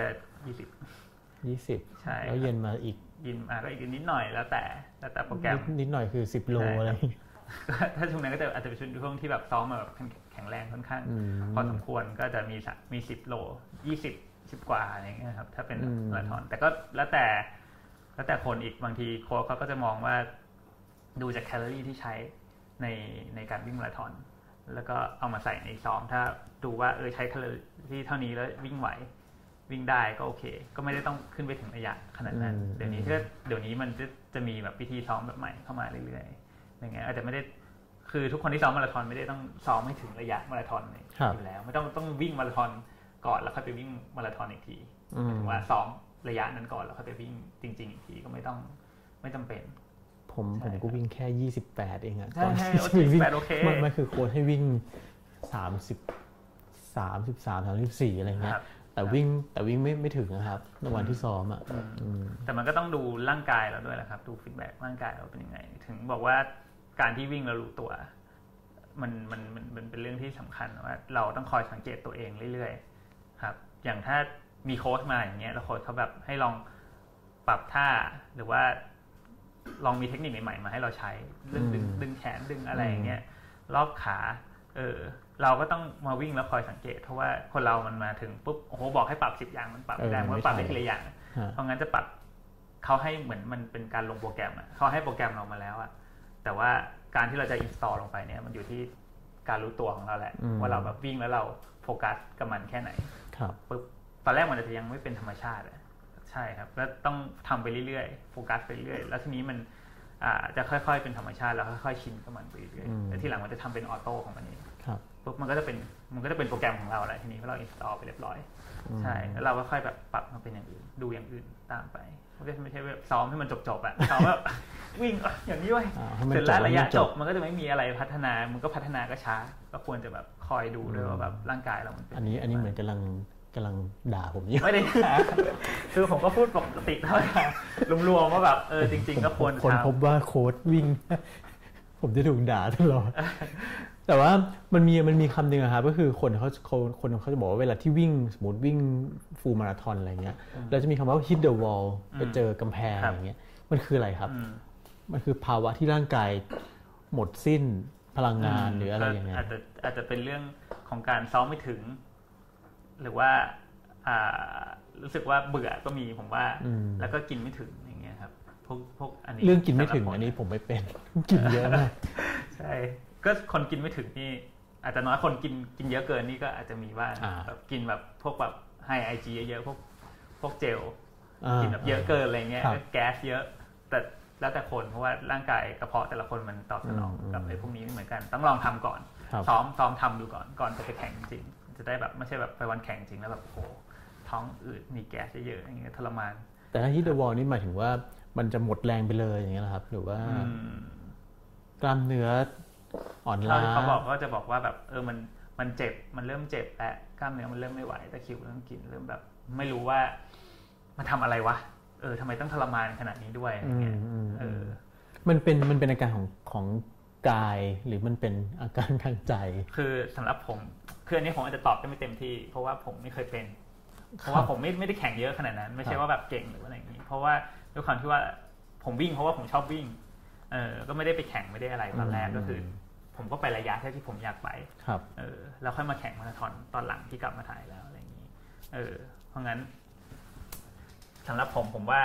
20 ใช่แล้วเย็นมาอีกยินก็อีกนิดหน่อยแล้วแต่โปรแกรมนิดหน่อยคือ10 โลอะไรถ้าช่วงนั้นก็จะอาจจะเป็นช่วงที่แบบซ้อมมาแบบแข็งแรงค่อนข้างพอสมควรก็จะมี10 โล20 กว่าอะไรเงี้ยครับถ้าเป็นมาราธอนแต่ก็แล้วแต่คนอีกบางทีโค้ชเขาก็จะมองว่าดูจากแคลอรี่ที่ใช้ในการวิ่งมาราธอนแล้วก็เอามาใส่ในซ้อมถ้าดูว่าใช้แคลอรี่เท่านี้แล้ววิ่งได้ก็โอเคก็ไม่ได้ต้องขึ้นไปถึงระยะขนาดนั้นเดี๋ยวนี้มันจะมีแบบวิธีซ้อมแบบใหม่เข้ามาเรื่อยๆอย่างเงี้ยอาจจะไม่ได้คือทุกคนที่ซ้อมมาราธอนไม่ได้ต้องซ้อมให้ถึงระยะมาราธอนอยู่แล้วไม่ต้องวิ่งมาราธอนก่อนแล้วค่อยไปวิ่งมาราธอนอีกทีถึงว่าซ้อมระยะนั้นก่อนแล้วค่อยไปวิ่งจริงๆอีกทีก็ไม่จำเป็นผมก็วิ่งแค่28เองอะตอนที่วิ่งมันคือโค้ชให้วิ่ง33-34อะไรเงี้ยแต่วิ่งไม่ถึงนะครับในวันที่ซ้อมอ่ะแต่มันก็ต้องดูร่างกายเราด้วยแหละครับดูฟีดแบ็กร่างกายเราเป็นยังไงถึงบอกว่าการที่วิ่งเรารู้ตัวมันเป็นเรื่องที่สำคัญว่าเราต้องคอยสังเกตตัวเองเรื่อยๆครับอย่างถ้ามีโค้ชมาอย่างเงี้ยแล้วโค้ชเขาแบบให้ลองปรับท่าหรือว่าลองมีเทคนิคใหม่ๆมาให้เราใช้เรื่องดึงแขนดึงอะไรอย่างเงี้ยรอบขาเราก็ต้องมาวิ่งแล้วคอยสังเกตเพราะว่าคนเรามันมาถึงปุ๊บโอ้โหบอกให้ปรับ10 อย่างมันปรับไม่ได้มันปรับได้ทีละอย่างเพราะงั้นจะปรับเขาให้เหมือนมันเป็นการลงโปรแกรมอ่ะเขาให้โปรแกรมเรามาแล้วอ่ะแต่ว่าการที่เราจะอินสตอลลงไปเนี่ยมันอยู่ที่การรู้ตัวของเราแหละว่าเราแบบวิ่งแล้วเราโฟกัสกับมันแค่ไหนปุ๊บตอนแรกมันจะยังไม่เป็นธรรมชาติใช่ครับแล้วต้องทำไปเรื่อยๆโฟกัสไปเรื่อยแล้วทีนี้มันจะค่อยๆเป็นธรรมชาติแล้วค่อยๆชินกับมันไปเรื่อยๆแล้วทีหลังมันจะทำเป็นออโต้ของมันเองปุ๊บมันก็จะเป็นโปรแกรมของเราแหละทีนี้เพราะเราอินสตอลไปเรียบร้อยใช่แล้วเราก็ค่อยแบบปรับมาเป็นอย่างอื่นดูอย่างอื่นตามไปไม่ใช่แบบซ้อมให้มันจบๆอ่ะซ้อมแบบวิ่งอย่างนี้ไว้เสร็จแล้วระยะจบมันก็จะไม่มีอะไรพัฒนามันก็พัฒนาก็ช้าก็ควรจะแบบคอยดูด้วยว่าแบบร่างกายเรามันเป็นอันนี้เหมือนกำลังด่าผมอยู่ไม่ได้ด่าคือผมก็พูดปกติเท่านั้นรวมๆว่าแบบจริงๆก็ควรคนพบว่าโค้ชวิ่งผมจะถูกด่าตลอดแต่ว่ามันมีคำหนึ่งครับก็คือคนเขาจะบอกว่าเวลาที่วิ่งสมมติวิ่งฟูลมาราธอนอะไรเงี้ยเราจะมีคำว่า hit the wall ไปเจอกำแพงอย่างเงี้ยมันคืออะไรครับมันคือภาวะที่ร่างกายหมดสิ้นพลังงานหรืออะไรอย่างเงี้ยอาจจะเป็นเรื่องของการซ้อมไม่ถึงหรือว่ารู้สึกว่าเบื่อก็มีผมว่าแล้วก็กินไม่ถึงอย่างเงี้ยครับพวกอันนี้เรื่องกินไม่ถึงอันนี้ผมไม่เป็นกินเยอะมากใช่ก็คนกินไม่ถึงนี่อาจจะน้อยคนกินเยอะเกินนี่ก็อาจจะมีบ้างแบบกินแบบพวกแบบไฮไอจีเยอะพวกเจลกินแบบเยอะเกินอะไรเงี้ยแก๊สเยอะแต่แล้วแต่คนเพราะว่าร่างกายกระเพาะแต่ละคนมันตอบสนองกับไอ้พวกนี้ไม่เหมือนกันต้องลองทำก่อนซ้อมทำดูก่อนจะไปแข่งจริงจะได้แบบไม่ใช่แบบไปวันแข่งจริงแล้วแบบโหท้องอืดมีแก๊สเยอะๆอย่างเงี้ยทรมานแต่ถ้าฮิตเดอะวอลนี่หมายถึงว่ามันจะหมดแรงไปเลยอย่างเงี้ยครับหรือว่ากล้ามเนื้ออ่อนล้าเขาบอกว่าแบบมันเจ็บมันเริ่มเจ็บและกล้ามเนื้อมันเริ่มไม่ไหวตะคริวเริ่มกินเริ่มแบบไม่รู้ว่ามันทำอะไรวะทำไมต้องทรมานขนาดนี้ด้วยอย่างเงี้ยมันเป็นอาการของกกายหรือมันเป็นอาการทางใจคือสำหรับผมคืออันนี้ผมอาจจะตอบได้ไม่เต็มที่เพราะว่าผมไม่เคยเป็นเพราะว่าผมไม่ได้แข่งเยอะขนาดนั้นไม่ใช่ว่าแบบเก่งหรืออะไรอย่างนี้เพราะว่าด้วยความที่ว่าผมวิ่งเพราะว่าผมชอบวิ่งก็ไม่ได้ไปแข่งไม่ได้อะไรตอนแรกก็คือผมก็ไประยะที่ผมอยากไปแล้วค่อยมาแข่งมาราธอนตอนหลังที่กลับมาถ่ายแล้วอะไรอย่างนี้เพราะงั้นสำหรับผมว่า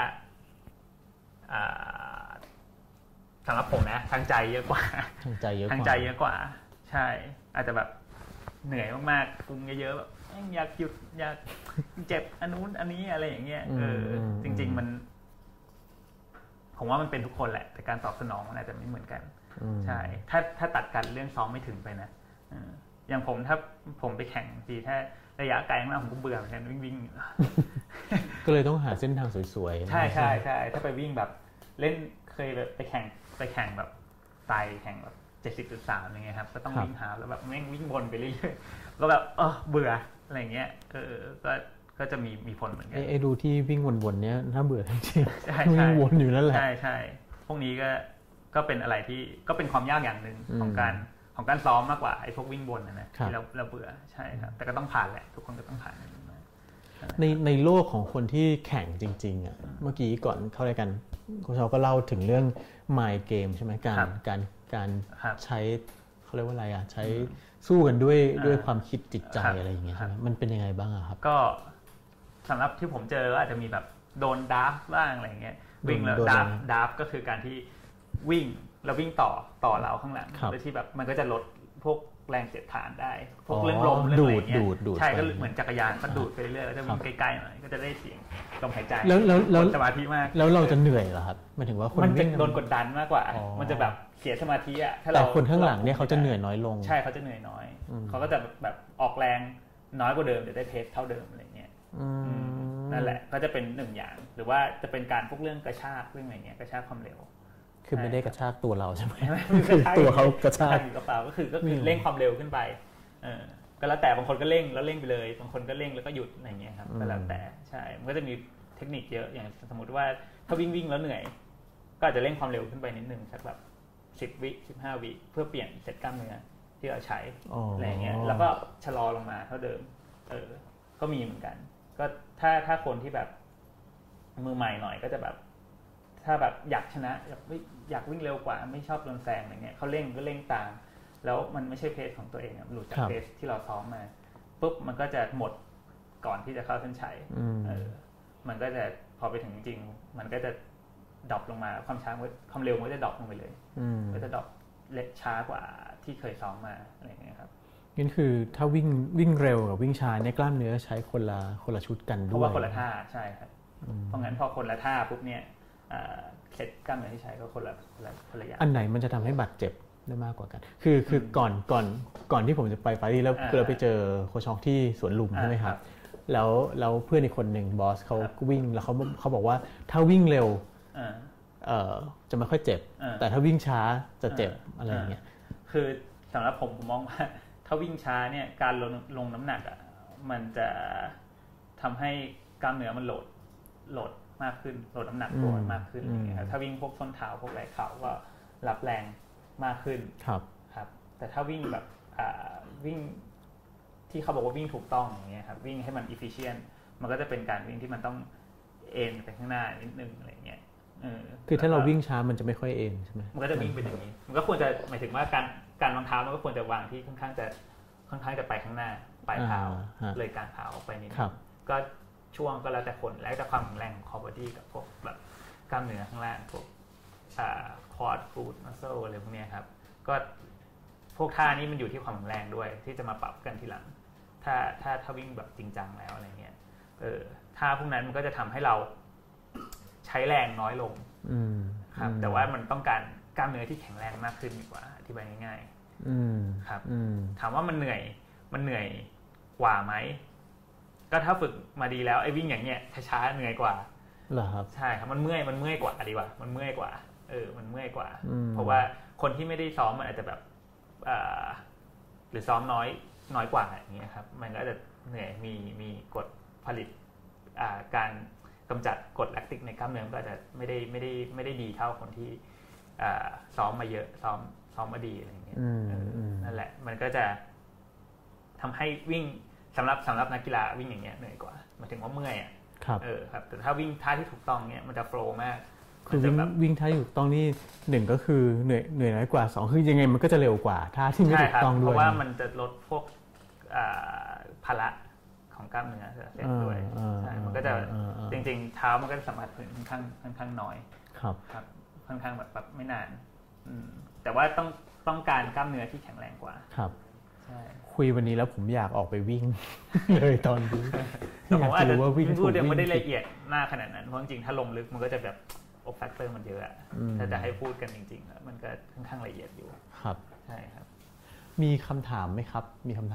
สำหรับผมนะทางใจเยอะกว่าทางใจเยอะกว่าใช่อาจจะแบบเหนื่อยมากๆปรุงเยอะๆแบบอยากหยุดอยากเจ็บอันนู้นอันนี้อะไรอย่างเงี้ยจริงๆมันผมว่ามันเป็นทุกคนแหละแต่การตอบสนองมันอาจจะไม่เหมือนกันใช่ถ้าตัดกันเรื่องซ้อมไม่ถึงไปนะอย่างผมถ้าผมไปแข่งทีถ้าระยะไกลมากผมก็เบื่อเหมือนกันวิ่งก็เลยต้องหาเส้นทางสวยๆใช่ถ้าไปวิ่งแบบเล่นเคยแบบไปแข่งแบบไตแข่งแบบ70.3อย่างเงี้ยครับก็ต้องวิ่งหาแล้วแบบแม่งวิ่งวนไปเรื่อยๆก็แบบเบื่ออะไรเงี้ยก็จะมีผลเหมือนกันไอ้ดูที่วิ่งวนๆเนี้ยน่าเบื่อจริงๆวิ่งวนอยู่นั่นแหละใช่พวกนี้ก็เป็นอะไรที่ก็เป็นความยากอย่างหนึ่งของการซ้อมมากกว่าไอ้พวกวิ่งวนนะที่เราเบื่อใช่ครับแต่ก็ต้องผ่านแหละทุกคนก็ต้องผ่านในโลกของคนที่แข่งจริงๆอ่ะเมื่อกี้ก่อนเข้ารายการคุณชาวก็เล่าถึงเรื่อง mind game ใช่ไหมการใช้เขาเรียกว่าอะไรอ่ะใช้สู้กันด้วยความคิดจิตใจอะไรอย่างเงี้ยใช่ไหมมันเป็นยังไงบ้างอะครับก็สำหรับที่ผมเจออาจจะมีแบบโดนดราฟบ้างอะไรเงี้ยวิ่งแล้วดราฟก็คือการที่วิ่งแล้ววิ่งต่อเราข้างหลังโดยที่แบบมันก็จะลดพวกแรงเสียดทานได้พวกเรื่องลมเรื่องอะไรเงี้ยใช่ก็เหมือนจักรยานก็ดูดไปเรื่อยๆแล้วจะวิ่งใกล้ๆหน่อยก็จะได้เสียงลมหายใจแล้วสมาธิมากแล้วเราจะเหนื่อยเหรอครับหมายถึงว่าคนมันจะโดนกดดันมากกว่ามันจะแบบเสียสมาธิอ่ะถ้าเราคนข้างหลังเนี่ยเขาจะเหนื่อยน้อยลงใช่เขาจะเหนื่อยน้อยเขาก็จะแบบออกแรงน้อยกว่าเดิมจะได้เพสเท่าเดิมอะไรเงี้ยนั่นแหละก็จะเป็นหนึ่งอย่างหรือว่าจะเป็นการพวกเรื่องกระชากเรื่องอะไรเงี้ยกระชากความเร็วคือไม่ได้กระชากตัวเราใช่ไหมคือตัวเขากระชากอยู่กระเป๋าก็คือเร่งความเร็วขึ้นไปก็แล้วแต่บางคนก็เร่งแล้วเร่งไปเลยบางคนก็เร่งแล้วก็หยุดอะไรเงี้ยครับก็แล้วแต่ใช่มันก็จะมีเทคนิคเยอะอย่างสมมติว่าถ้าวิ่งแล้วเหนื่อยก็อาจจะเร่งความเร็วขึ้นไปนิดนึงสักแบบ10 วิ 15 วิเพื่อเปลี่ยนเซตกล้ามเนื้อที่เราใช้อะไรเงี้ยแล้วก็ชะลอลงมาเท่าเดิมก็มีเหมือนกันก็ถ้าคนที่แบบมือใหม่หน่อยก็จะแบบถ้าแบบอยากชนะอยากวิ่งเร็วกว่าไม่ชอบโดนแซงอะไรเงี้ยเขาเร่งก็เร่งตามแล้วมันไม่ใช่เพสของตัวเองหลุดจากเพสที่เราซ้อมมาปุ๊บมันก็จะหมดก่อนที่จะเข้าเส้นชัยมันก็จะพอไปถึงจริงมันก็จะดรอปลงมาความเร็วมันก็จะดรอปลงไปเลยก็จะดรอปเล็กช้ากว่าที่เคยซ้อมมาอะไรเงี้ยครับงั้นคือถ้าวิ่งเร็วกับวิ่งช้าเนี่ยกล้ามเนื้อใช้คนละชุดกันด้วยเพราะว่าคนละท่าใช่ครับเพราะงั้นพอคนละท่าปุ๊บเนี่ยเซตกล้ามเนื้อที่ใช้ก็คนละอย่างอันไหนมันจะทำให้บาดเจ็บได้มากกว่ากันคือก่อนที่ผมจะไปปารีสแล้วเราไปเจอโคชองที่สวนลุมใช่ไหมครับแล้วเพื่อนอีกคนหนึ่งบอสเขาวิ่งแล้วเขาบอกว่าถ้าวิ่งเร็วจะไม่ค่อยเจ็บแต่ถ้าวิ่งช้าจะเจ็บอะไรอย่างเงี้ยคือสำหรับผมมองว่าถ้าวิ่งช้าเนี่ยการลงน้ำหนักอ่ะมันจะทำให้กล้ามเนื้อมันโหลดมากขึ้นโหลดน้ำหนักตัวมากขึ้นอย่างเงี้ยครับถ้าวิ่งพวกส้นเท้าพวกไหล่เข่าก็รับแรงมากขึ้นครับแต่ถ้าวิ่งแบบวิ่งที่เขาบอกว่าวิ่งถูกต้องอย่างเงี้ยครับวิ่งให้มัน efficient มันก็จะเป็นการวิ่งที่มันต้องเอ็นไปข้างหน้านิดนึงอะไรเงี้ยคือถ้าเราวิ่งช้ามันจะไม่ค่อยเอ็นใช่ไหมมันก็จะวิ่งเป็นอย่างนี้มันก็ควรจะหมายถึงว่าการวางเท้ามันก็ควรจะวางที่ค่อนข้างจะไปข้างหน้าปลายเท้าเลยการเท้าออกไปนิดนึงก็ช่วงก็แล้วแต่คนแล้วแต่ความแข็งแรงของคอร์บอดี้กับพวกแบบกล้ามเนื้อข้างล่างพวกคอร์ดฟูดมัสเซลอะไรพวกนี้ครับก็พวกท่านี้มันอยู่ที่ความแข็งแรงด้วยที่จะมาปรับกันทีหลังถ้าวิ่งแบบจริงจังแล้วอะไรเงี้ยท่าพวกนั้นมันก็จะทำให้เราใช้แรงน้อยลงครับแต่ว่ามันต้องการกล้ามเนื้อที่แข็งแรงมากขึ้นดีกว่าอธิบายง่ายๆครับถามว่ามันเหนื่อยกว่าไหมก็ถ้าฝึกมาดีแล้วไอ้วิ่งอย่างเงี้ยช้าๆเหนื่อยกว่าเหรอครับใช่ครับมันเมื่อยกว่าดีกว่ามันเมื่อยกว่ามันเมื่อยกว่าเพราะว่าคนที่ไม่ได้ซ้อมมันอาจจะแบบหรือซ้อมน้อยกว่าอย่างเงี้ยครับมันก็จะเหนื่อยมีกฎผลิตการกำจัดกรดแลคติกในกล้ามเนื้อก็อาจจะไม่ได้ดีเท่าคนที่ซ้อมมาเยอะซ้อมมาดีอะไรอย่างเงี้ยนั่นแหละมันก็จะทำให้วิ่งสำหรับนักกีฬาวิ่งอย่างเงี้ยเหนื่อยกว่าหมายถึงว่าเมื่อยครับแต่ถ้าวิ่งท่าที่ถูกต้องเนี้ยมันจะโฟล์มากคือวิ่งท่าที่ถูกต้องนี่หนึ่งก็คือเหนื่อยน้อยกว่าสองคือยังไงมันก็จะเร็วกว่าท่าที่ไม่ถูกต้องด้วยเพราะว่ามันจะลดพวกภาระของกล้ามเนื้อเสร็จด้วยใช่มันก็จะจริงๆเท้ามันก็จะสัมผัสค่อนข้างน้อยครับค่อนข้างแบบไม่นานแต่ว่าต้องการกล้ามเนื้อที่แข็งแรงกว่าครับคุยวันนี้แล้วผมอยากออกไปวิ่งเลยตอนนี้แต่ผมอาจจะพูดยังไม่ได้ละเอียดมากขนาดนั้นเพราะจริงๆถ้าลงลึกมันก็จะแบบแฟกเตอร์มันเยอะถ้าจะให้พูดกันจริงๆมันก็ค่อนข้างละเอียดอยู่ครับใช่ครับมีคำถามไหมครับ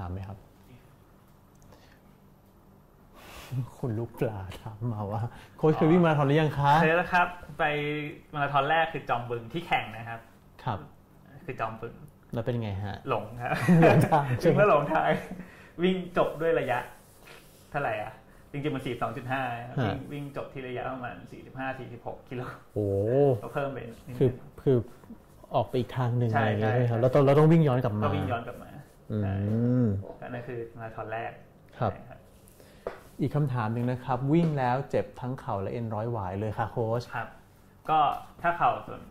คุณลูกปลาถามมาว่าโค้ชเคยวิ่งมาราธอนหรือยังคะเคยแล้วครับไปมาราธอนแรกคือจอมบึงที่แข่งนะครับครับคือจอมบึงแล้วเป็นไงฮะหลงครับถึงแล้วหลงทางวิ่งจบด้วยระยะเท่าไหร่จริงๆมัน 42.5 วิ่งจบที่ระยะประมาณ 45-46 กิโลโอ้ก็เพิ่มไปคือออกไปอีกทางหนึ่งอะไรอย่างเงี้ยครับแล้วเราต้องวิ่งย้อนกลับมาก็วิ่งย้อนกลับมาก็นั่นคือมาราธอนแรกครับอีกคำถามหนึ่งนะครับวิ่งแล้วเจ็บทั้งเข่าและเอ็นร้อยหวายเลยค่ะโค้ชครับก็ถ้าเข่าส่วน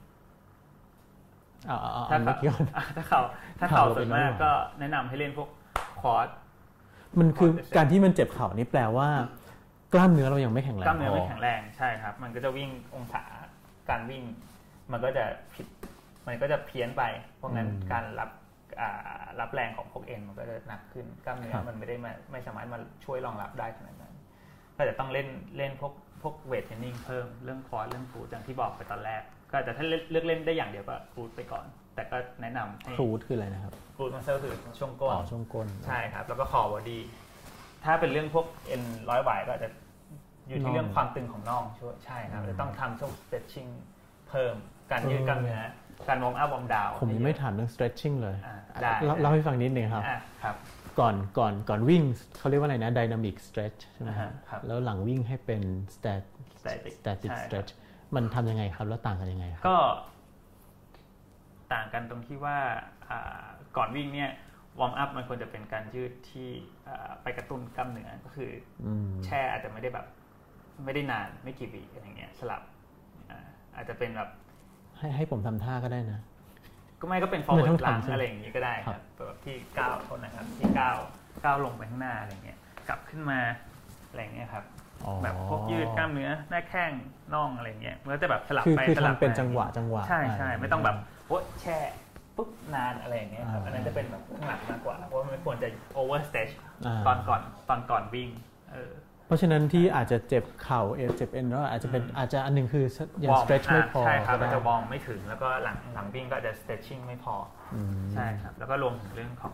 ถ้าเข่าส่วนมากก็แนะนำให้เล่นพวกคอร์สมันคือการที่มันเจ็บเข่านี่แปลว่ากล้ามเนื้อเรายังไม่แข็งแรงกล้ามเนื้อไม่แข็งแรงใช่ครับมันก็จะวิ่งองศาการวิ่งมันก็จะผิดมันก็จะเพี้ยนไปเพราะงั้นการรับแรงของพวกเอ็นมันก็จะหนักขึ้นกล้ามเนื้อมันไม่สามารถมาช่วยรองรับได้ขนาดนั้นก็จะต้องเล่นพวกเวทเทรนนิ่งเพิ่มเรื่องคอร์สเรื่องฟูดอย่างที่บอกไปตอนแรกก็แต่ถ้าเลือกเล่นได้อย่างเดียวก็ฟูดไปก่อนแต่ก็แนะนำให้ฟูดคืออะไรนะครับฟูดมัสเซิลคือช่วงก้นช่วงก้นใช่ครับแล้วก็คอบอดี้ถ้าเป็นเรื่องพวกเอ็นร้อยหวายก็จะอยู่ที่เรื่องความตึงของน่องช่วยใช่ครับจะต้องทำช่วง stretching เพิ่มการยืดกล้ามเนื้อการวอร์มอัพวอร์มดาวผมยังไม่ถามเรื่อง stretching เลยเล่าให้ฟังนิดนึงครับก่อนวิ่งเขาเรียกว่าอะไรนะ dynamic stretch ใช่ไหมครับแล้วหลังวิ่งให้เป็น static stretch มันทำยังไงครับแล้วต่างกันยังไงครับก็ต่างกันตรงที่ว่าก่อนวิ่งเนี่ยวอร์มอัพมันควรจะเป็นการยืดที่ไปกระตุ้นกล้ามเนื้อก็คือแช่อาจจะไม่ได้นานไม่กี่วิอะไรเงี้ยสลับอาจจะเป็นแบบให้ผมทำท่าก็ได้นะก็ไม่ก็เป็น forward lunge อะไรอย่างนี้ก็ได้ครับแบบที่ก้าวโทษนะครับที่ก้าวลงไปข้างหน้าอะไรเงี้ยกลับขึ้นมาอะไรเงี้ยครับแบบพวกยืดกล้ามเนื้อหน้าแข้งน่องอะไรเงี้ยมันก็จะแบบสลับไปสลับเป็นจังหวะใช่ไม่ต้องแบบโอ๊ยแช่ปุ๊บนานอะไรอย่างเงี้ยครับอันนั้นจะเป็นแบบข้างหลังมากกว่าเพราะมันไม่ควรจะ over stretch ตอนก่อนวิ่งเพราะฉะนั้นที่อาจจะเจ็บเข่าเจ็บเอ็นแล้วอาจจะอันหนึ่งคือยัง stretch ไม่พอใช่ครับมันจะวอร์มไม่ถึงแล้วก็หลังวิ่งก็จะ stretching ไม่พอใช่ครับแล้วก็รวมถึงเรื่องของ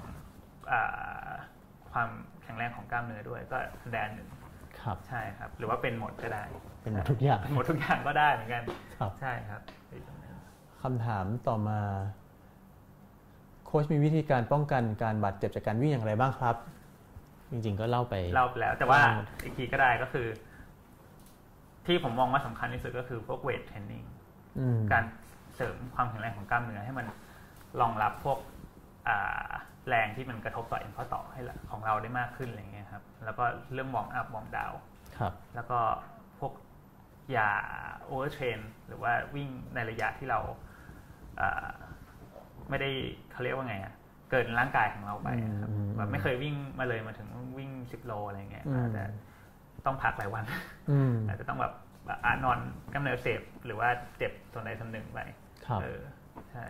ความแข็งแรงของกล้ามเนื้อด้วยก็แดนหนึ่งใช่ครับหรือว่าเป็นหมดก็ได้เป็นหมดทุกอย่างก็ได้เหมือนกันใช่ครับคำถามต่อมาโค้ชมีวิธีการป้องกันการบาดเจ็บจากการวิ่งอย่างไรบ้างครับจริงๆก็เล่าไปแล้วแต่ว่าอีกทีก็ได้ก็คือที่ผมมองว่าสำคัญที่สุดก็คือพวกเวทเทรนนิ่งการเสริมความแข็งแรงของกล้ามเนื้อให้มันรองรับพวกแรงที่มันกระทบต่อเอ็นข้อต่อให้ของเราได้มากขึ้นอะไรเงี้ยครับแล้วก็เรื่องวอร์มอัพวอร์มดาวน์แล้วก็พวกอย่าโอเวอร์เทรนหรือว่าวิ่งในระยะที่เราไม่ได้เขาเรียกว่าไงเกินร่างกายของเราไปครับแบบไม่เคยวิ่งมาเลยมาถึงวิ่ง10 โลอะไรเงี้ยอาจจะต้องพักหลายวันอาจจะต้องแบบนอนกล้ามเนื้ออักเสบหรือว่าเจ็บส่วนใดส่วนหนึ่งไปใช่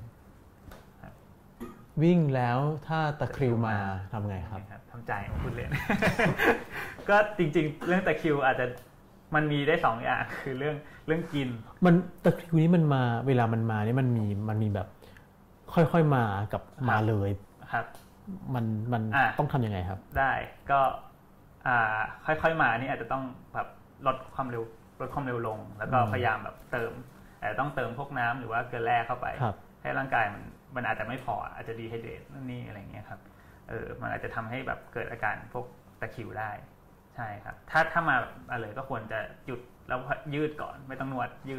วิ่งแล้วถ้าตะคริวมาทำไงครับทำใจพูดเล่น ก็จริงๆเรื่องตะคริวอาจจะมันมีได้2อย่างคือเรื่องกินมันตะคริวนี้มันมาเวลามันมานี่มันมีแบบค่อยๆมากับมาเลยครับมันต้องทำยังไงครับได้ก็ค่อยๆมานี่อาจจะต้องแบบลดความเร็วลงแล้วก็พยายามแบบเติมแต่ต้องเติมพวกน้ำหรือว่าเกลือแร่เข้าไปให้ร่างกายมันอาจจะไม่พออาจจะดีไฮเดรตนี่อะไรเงี้ยครับมันอาจจะทำให้แบบเกิดอาการพวกตะคริวได้ใช่ครับถ้ามาเลยก็ควรจะหยุดแล้วยืดก่อนไม่ต้องนวดยืด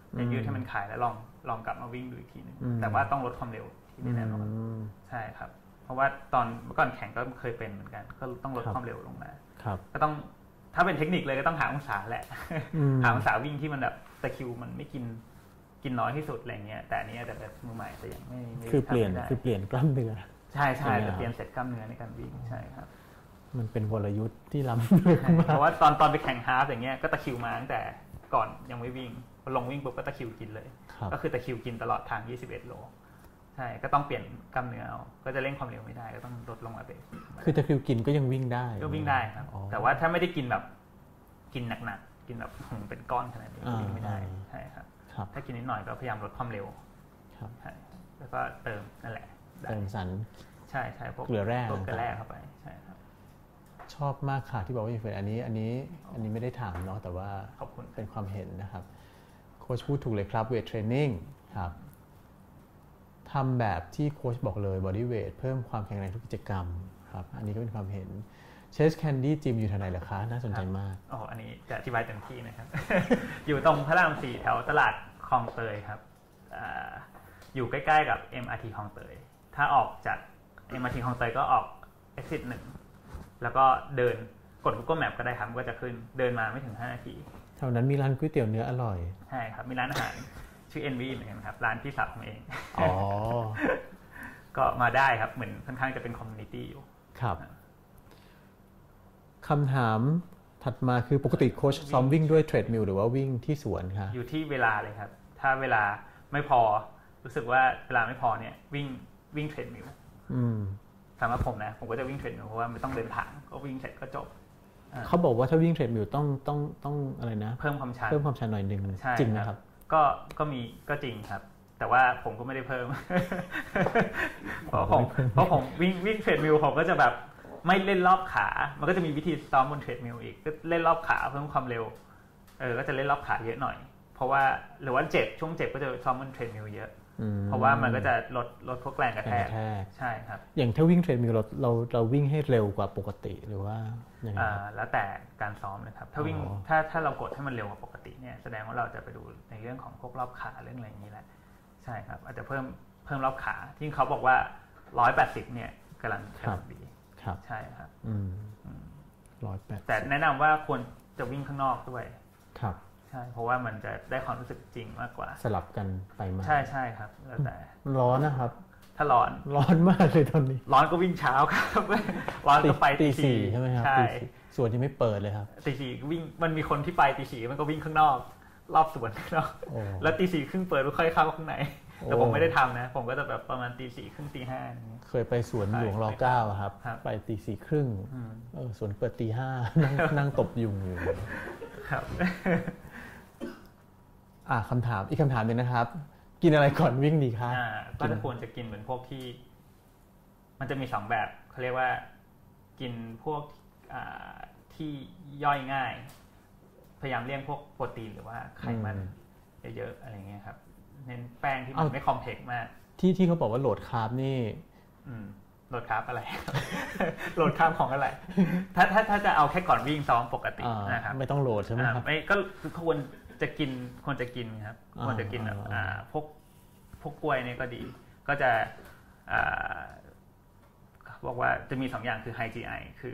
ยืดให้มันคลายแล้วลองกลับมาวิ่งดูอีกทีนึงแต่ว่าต้องลดความเร็วที่แน่นอนใช่ครับเพราะว่าตอนเมื่อก่อนแข่งก็เคยเป็นเหมือนกันก็ต้องลดความเร็วลงมาก็ต้องถ้าเป็นเทคนิคเลยก็ต้องหาองศาแหละหาองศาวิ่งที่มันแบบตะคิวมันไม่กินน้อยที่สุดอะไรเงี้ยแต่อันนี้แต่แบบมือใหม่แต่ยังไม่คือเปลี่ยนกล้ามเนื้อใช่แต่เปลี่ยนเสร็จกล้ามเนื้อในการวิ่งใช่ครับมันเป็นกลยุทธ์ที่ล้ำลึกมากเพราะว่าตอนไปแข่งฮาล์ฟอย่างเงี้ยก็ตะคิวมาตั้งแต่ก่อนยังไม่วิ่งพอลงวิ่งปุ๊บก็ตะคิวกินเลยก็คือตะคิวกินตลอดทาง21โลใช่ก็ต้องเปลี่ยนกล้ามเนื้อเอาก็จะเร่งความเร็วไม่ได้ก็ต้องลดลงมาเบสคือตะคิวกินก็ยังวิ่งได้ก็วิ่งได้ครับแต่ว่าถ้าไม่ได้กินแบบกินหนักๆกินแบบเป็นก้อนขนาดนี้ก็วิ่งไม่ได้ใช่ครับถ้ากินนิดหน่อยก็พยายามลดความเร็วแล้วก็เติมนั่นแหละเติมสารใช่พวกเกลือแร่เข้าไปใช่ครับชอบมากค่ะที่บอกว่ามีเฟรนอันนี้ไม่ได้ถามเนาะแต่ว่าขอบคุณเป็นความเห็นนะครับโค้ชพูดถูกเลยครับเวทเทรนนิ่งครับทำแบบที่โค้ชบอกเลยบอดี้เวทเพิ่มความแข็งแรงทุกกิจกรรมครับอันนี้ก็เป็นความเห็นเชสแคนดี้จิมอยู่แถวไหนเหรอคะน่าสนใจมากอันนี้จะอธิบายเต็มที่นะครับ อยู่ตรงพระราม4แถวตลาดคลองเตยครับอยู่ใกล้ๆกับ MRT คลองเตยถ้าออกจาก MRT คลองเตยก็ออก exit 1แล้วก็เดินกด Google Map ก็ได้ครับก็จะขึ้นเดินมาไม่ถึง5นาทีแถวนั้นมีร้านก๋วยเตี๋ยวเนื้ออร่อยใช่ครับมีร้านอาหารชื่อ Envy เหมือนกันครับร้านพี่สาวผมเองก็มาได้ครับเหมือนค่อนข้างจะเป็นคอมมูนิตี้อยู่ครับคำถามถัดมาคือปกติโค้ชซ้อมวิ่งด้วยเทรดมิลหรือว่าวิ่งที่สวนคะอยู่ที่เวลาเลยครับถ้าเวลาไม่พอรู้สึกว่าเวลาไม่พอเนี่ยวิ่งเทรดมิลสำหรับผมนะผมก็จะวิ่งเทรดมิลเพราะว่าไม่ต้องเดินทางก็วิ่งเสร็จก็จบเขาบอกว่าถ้าวิ่งเทรดมิลต้องอะไรนะเพิ่มความชันหน่อยนึงจริงนะครับก็มีก็จริงครับแต่ว่าผมก็ไม่ได้เพิ่มเพราะผมวิ่งเทรดมิลผมก็จะแบบไม่เล่นรอบขามันก็จะมีวิธีซ้อมบนเทรดมิลอีกก็เล่นรอบขาเพิ่มความเร็วก็จะเล่นรอบขาเยอะหน่อยเพราะว่าหรือว่าช่วงเจ็บก็จะซ้อมบนเทรดมิลเยอะเพราะว่ามันก็จะลดพวกแรงกระแทกใช่ครับอย่างถ้าวิ่งเทรดมิลเราวิ่งให้เร็วกว่าปกติหรือว่าอย่างไรแล้วแต่การซ้อมนะครับถ้าวิ่งถ้าเรากดให้มันเร็วกว่าปกติเนี่ยแสดงว่าเราจะไปดูในเรื่องของพวกรอบขาเรื่องอะไรอย่างนี้แหละใช่ครับอาจจะเพิ่มรอบขาที่เขาบอกว่า180เนี่ยกำลังดีใช่ครับ 180 แต่แนะนำว่าควรจะวิ่งข้างนอกด้วยครับใช่เพราะว่ามันจะได้ความรู้สึกจริงมากกว่าสลับกันไปมาใช่ครับแล้วแต่ร้อนนะครับถ้าร้อนมากเลยตอนนี้ร้อนก็วิ่งเช้าครับร้อนก็ไปตี 4ใช่ไหมครับใช่สวนที่ไม่เปิดเลยครับตี 4วิ่งมันมีคนที่ไปตี 4มันก็วิ่งข้างนอกรอบสวนข้างนอกแล้วตี 4 ครึ่งเปิดค่อยเข้าข้างในแต่ผมไม่ได้ทำนะผมก็จะแบบประมาณตี 4 ครึ่งตี 5 เคยไปสวนหลวงร9ครับไปตี 4 ครึ่งสวนเปิดตี 5นั่งตบยุงอยู่ครับคำถามอีกคำถามนึงนะครับกินอะไรก่อนวิ่งดีคะก็จะควรจะกินเหมือนพวกที่มันจะมี2แบบเขาเรียกว่ากินพวกที่ย่อยง่ายพยายามเลี่ยงพวกโปรตีนหรือว่าไขมันเยอะๆอะไรเงี้ยครับเน้นแป้งที่มันไม่คอมเพล็กซ์มากที่เขาบอกว่าโหลดคาร์บนี่โหลดคาร์บอะไรโหลดคาร์บของอะไรถ้าจะเอาแค่ก่อนวิ่งซ้อมปกตินะครับไม่ต้องโหลดใช่ไหมครับไม่ก็ควรจะกินครับควรจะกินแบบพวกกล้วยเนี่ยก็ดีก็จะบอกว่าจะมี2อย่างคือ High GI คือ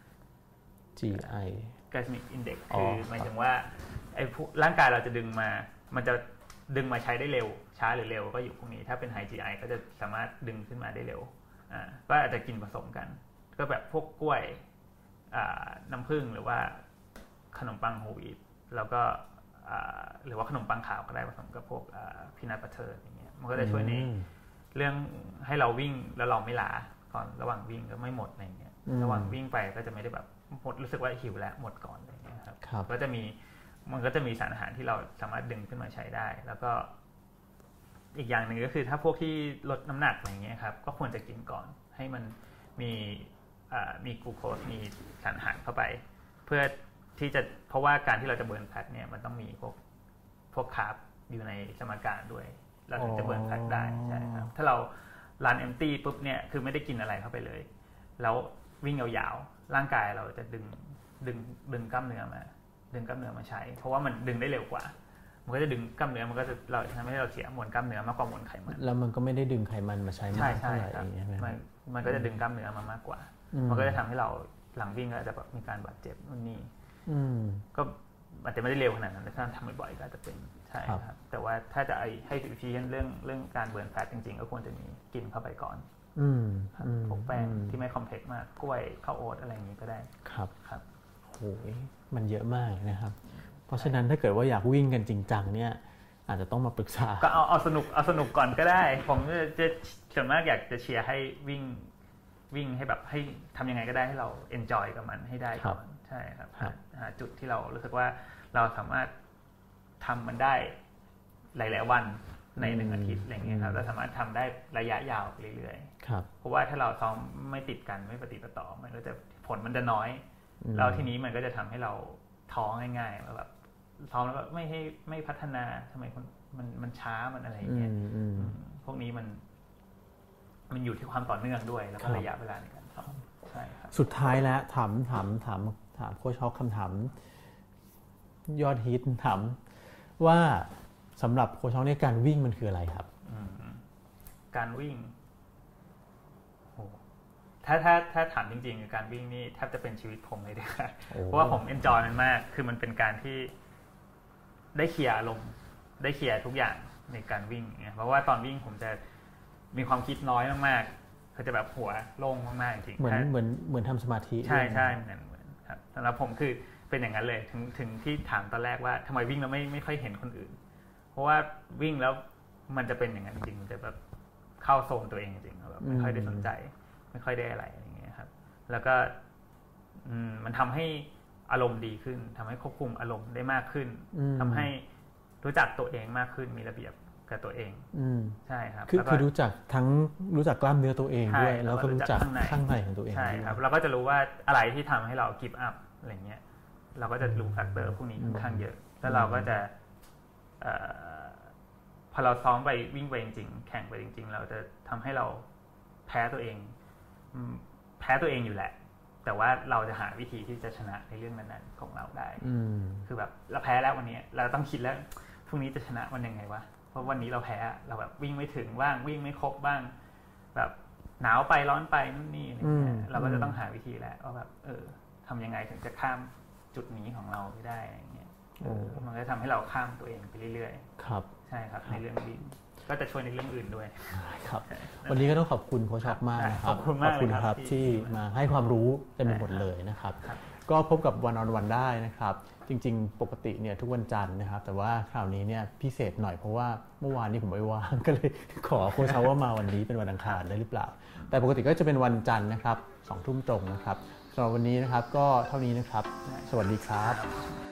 GI Glycemic Index คือหมายถึงว่าไอ้ร่างกายเราจะดึงมามันจะดึงมาใช้ได้เร็วช้าหรือเร็วก็อยู่ตรงนี้ถ้าเป็น High GI ก็จะสามารถดึงขึ้นมาได้เร็วก็อาจจะกินผสมกันก็แบบพวกกล้วยน้ำผึ้งหรือว่าขนมปังโฮลวีตแล้วก็หรือว่าขนมปังขาวก็ได้ผสมกับพวกพีนัทบัตเตอร์อย่างเงี้ยมันก็จะช่วยในเรื่องให้เราวิ่งแล้วเราไม่ล้าก่อนระหว่างวิ่งก็ไม่หมดอะไรเงี้ยระหว่างวิ่งไปก็จะไม่ได้แบบหมดรู้สึกว่าหิวแล้วหมดก่อนอะไรเงี้ยครับมันก็จะมีสารอาหารที่เราสามารถดึงขึ้นมาใช้ได้แล้วก็อีกอย่างหนึ่งก็คือถ้าพวกที่ลดน้ำหนักอะไรเงี้ยครับก็ควรจะกินก่อนให้มันมีกลูโคสมีสารอาหารเข้าไปเพื่อที่จะเพราะว่าการที่เราจะเบิร์นแฟตเนี่ยมันต้องมีพวกคาร์บอยู่ในสมการด้วยเราถึงจะเบิร์นแฟตได้ใช่ครับถ้าเรารันเอมตี้ปุ๊บเนี่ยคือไม่ได้กินอะไรเข้าไปเลยแล้ววิ่งยาวๆร่างกายเราจะดึงกล้ามเนื้อมาใช้เพราะว่ามันดึงได้เร็วกว่ามันก็จะดึงกล้ามเนื้อมันก็จะเราทำให้เราเสียมวลกล้ามเนื้อมากกว่ามวลไขมันแล้วมันก็ไม่ได้ดึงไขมันมาใช้มากเท่าไหร่อย่างเงี้ยมันก็จะดึงกล้ามเนื้อมามากกว่ามันก็จะทำให้เราหลังวิ่งก็จะแบบมีการบาดเจ็บนู่นนี่ก็อาจจะไม่ได้เร็วขนาดนั้นแต่ถ้าทำบ่อยๆก็จะเป็นใช่ครับแต่ว่าถ้าจะให้ฟิเรื่องการเบิร์นแฟตจริงๆก็ควรจะมีกินเข้าไปก่อนพวกแป้งที่ไม่คอมเพล็กซ์มากกล้วยข้าวโอ๊ตอะไรอย่างนี้ก็ได้ครับโอ้ยมันเยอะมากนะครับเพราะฉะนั้นถ้าเกิดว่าอยากวิ่งกันจริงจังเนี่ยอาจจะต้องมาปรึกษาก็เอาสนุกก่อนก็ได้ผมจะส่วนมากอยากจะเชียร์ให้วิ่งให้แบบให้ทำยังไงก็ได้ให้เราเอนจอยกับมันให้ได้ก่อนใช่ครับหาจุดที่เรารู้สึกว่าเราสามารถทำมันได้หลายๆวันใน1 อาทิตย์อะไรเงี้ยครับเราสามารถทำได้ระยะยาวไปเรื่อยๆเพราะว่าถ้าเราซ้อมไม่ติดกันไม่ปฏิปต่อมันก็จะผลมันจะน้อยแล้วทีนี้มันก็จะทำให้เราท้อง่ายๆแบบซ้อมแล้วไม่พัฒนาทำไมมันช้ามันอะไรอย่างเงี้ยพวกนี้มันอยู่ที่ความต่อเนื่องด้วยแล้วก็ระยะเวลาในการซ้อมใช่ครับสุดท้ายแล้วถามโค้ชฮอกคำถามยอดฮิตถามว่าสำหรับโค้ชฮอกในการวิ่งมันคืออะไรครับการวิ่งถ้าถามจริงๆการวิ่งนี่แทบจะเป็นชีวิตผมเลยนะครับเพราะว่าผมเอนจอยมันมากคือมันเป็นการที่ได้เคลียร์อารมณ์ได้เคลียร์ทุกอย่างในการวิ่งเพราะว่าตอนวิ่งผมจะมีความคิดน้อยมากๆเขาจะแบบหัวโล่งมากๆจริงเหมือนทำสมาธิใช่เหมือนครับสำหรับผมคือเป็นอย่างนั้นเลยถึงที่ถามตอนแรกว่าทำไมวิ่งแล้วไม่ค่อยเห็นคนอื่นเพราะว่าวิ่งแล้วมันจะเป็นอย่างนั้นจริงมันจะแบบเข้าโซนตัวเองจริงแบบไม่ค่อยได้สนใจไม่ค่อยได้อะไรอย่างเงี้ยครับแล้วก็มันทำให้อารมณ์ดีขึ้นทำให้ควบคุมอารมณ์ได้มากขึ้นทำให้รู้จักตัวเองมากขึ้นมีระเบียบกับตัวเองใช่ครับคือรู้จักกล้ามเนื้อตัวเองด้วยแล้วก็รู้จักข้างในของตัวเองใช่ครับเราก็จะรู้ว่าอะไรที่ทำให้เรากิฟต์อัพอะไรเงี้ยเราก็จะรู้แฟกเตอร์พวกนี้ค่อนข้างเยอะแล้วเราก็จะพอเราซ้อมไปวิ่งไปจริงๆแข่งไปจริงๆเราจะทำให้เราแพ้ตัวเองอยู่แหละแต่ว่าเราจะหาวิธีที่จะชนะในเรื่องนั้นๆของเราได้คือแบบเราแพ้แล้ววันนี้เราต้องคิดแล้วพรุ่งนี้จะชนะมันยังไงวะเพราะวันนี้เราแพ้เราแบบวิ่งไม่ถึงบ้างวิ่งไม่ครบบ้างแบบหนาวไปร้อนไปนู่นนี่อะไรเงี้ยเราก็จะต้องหาวิธีแล้วว่าแบบทำยังไงถึงจะข้ามจุดนี้ของเราไปได้อย่างเงี้ยมันก็ทำให้เราข้ามตัวเองไปเรื่อยๆครับใช่ครับในเรื่องวิ่งก็จะช่วยในเรื่องอื่นด้วยครับวันนี้ก็ต้องขอบคุณโค้ชช็อปมากนะครับขอบคุณครับที่มาให้ความรู้เต็มไปหมดเลยนะครับก็พบกับวันออนวันได้นะครับจริงๆปกติเนี่ยทุกวันจันทร์นะครับแต่ว่าคราวนี้เนี่ยพิเศษหน่อยเพราะว่าเมื่อวานนี้ผมไม่ว่างก็เลยขอโค้ชช็อปว่ามาวันนี้เป็นวันอังคารได้หรือเปล่าแต่ปกติก็จะเป็นวันจันทร์นะครับ 20:00 น.ตรงนะครับสำหรับวันนี้นะครับก็เท่านี้นะครับสวัสดีครับ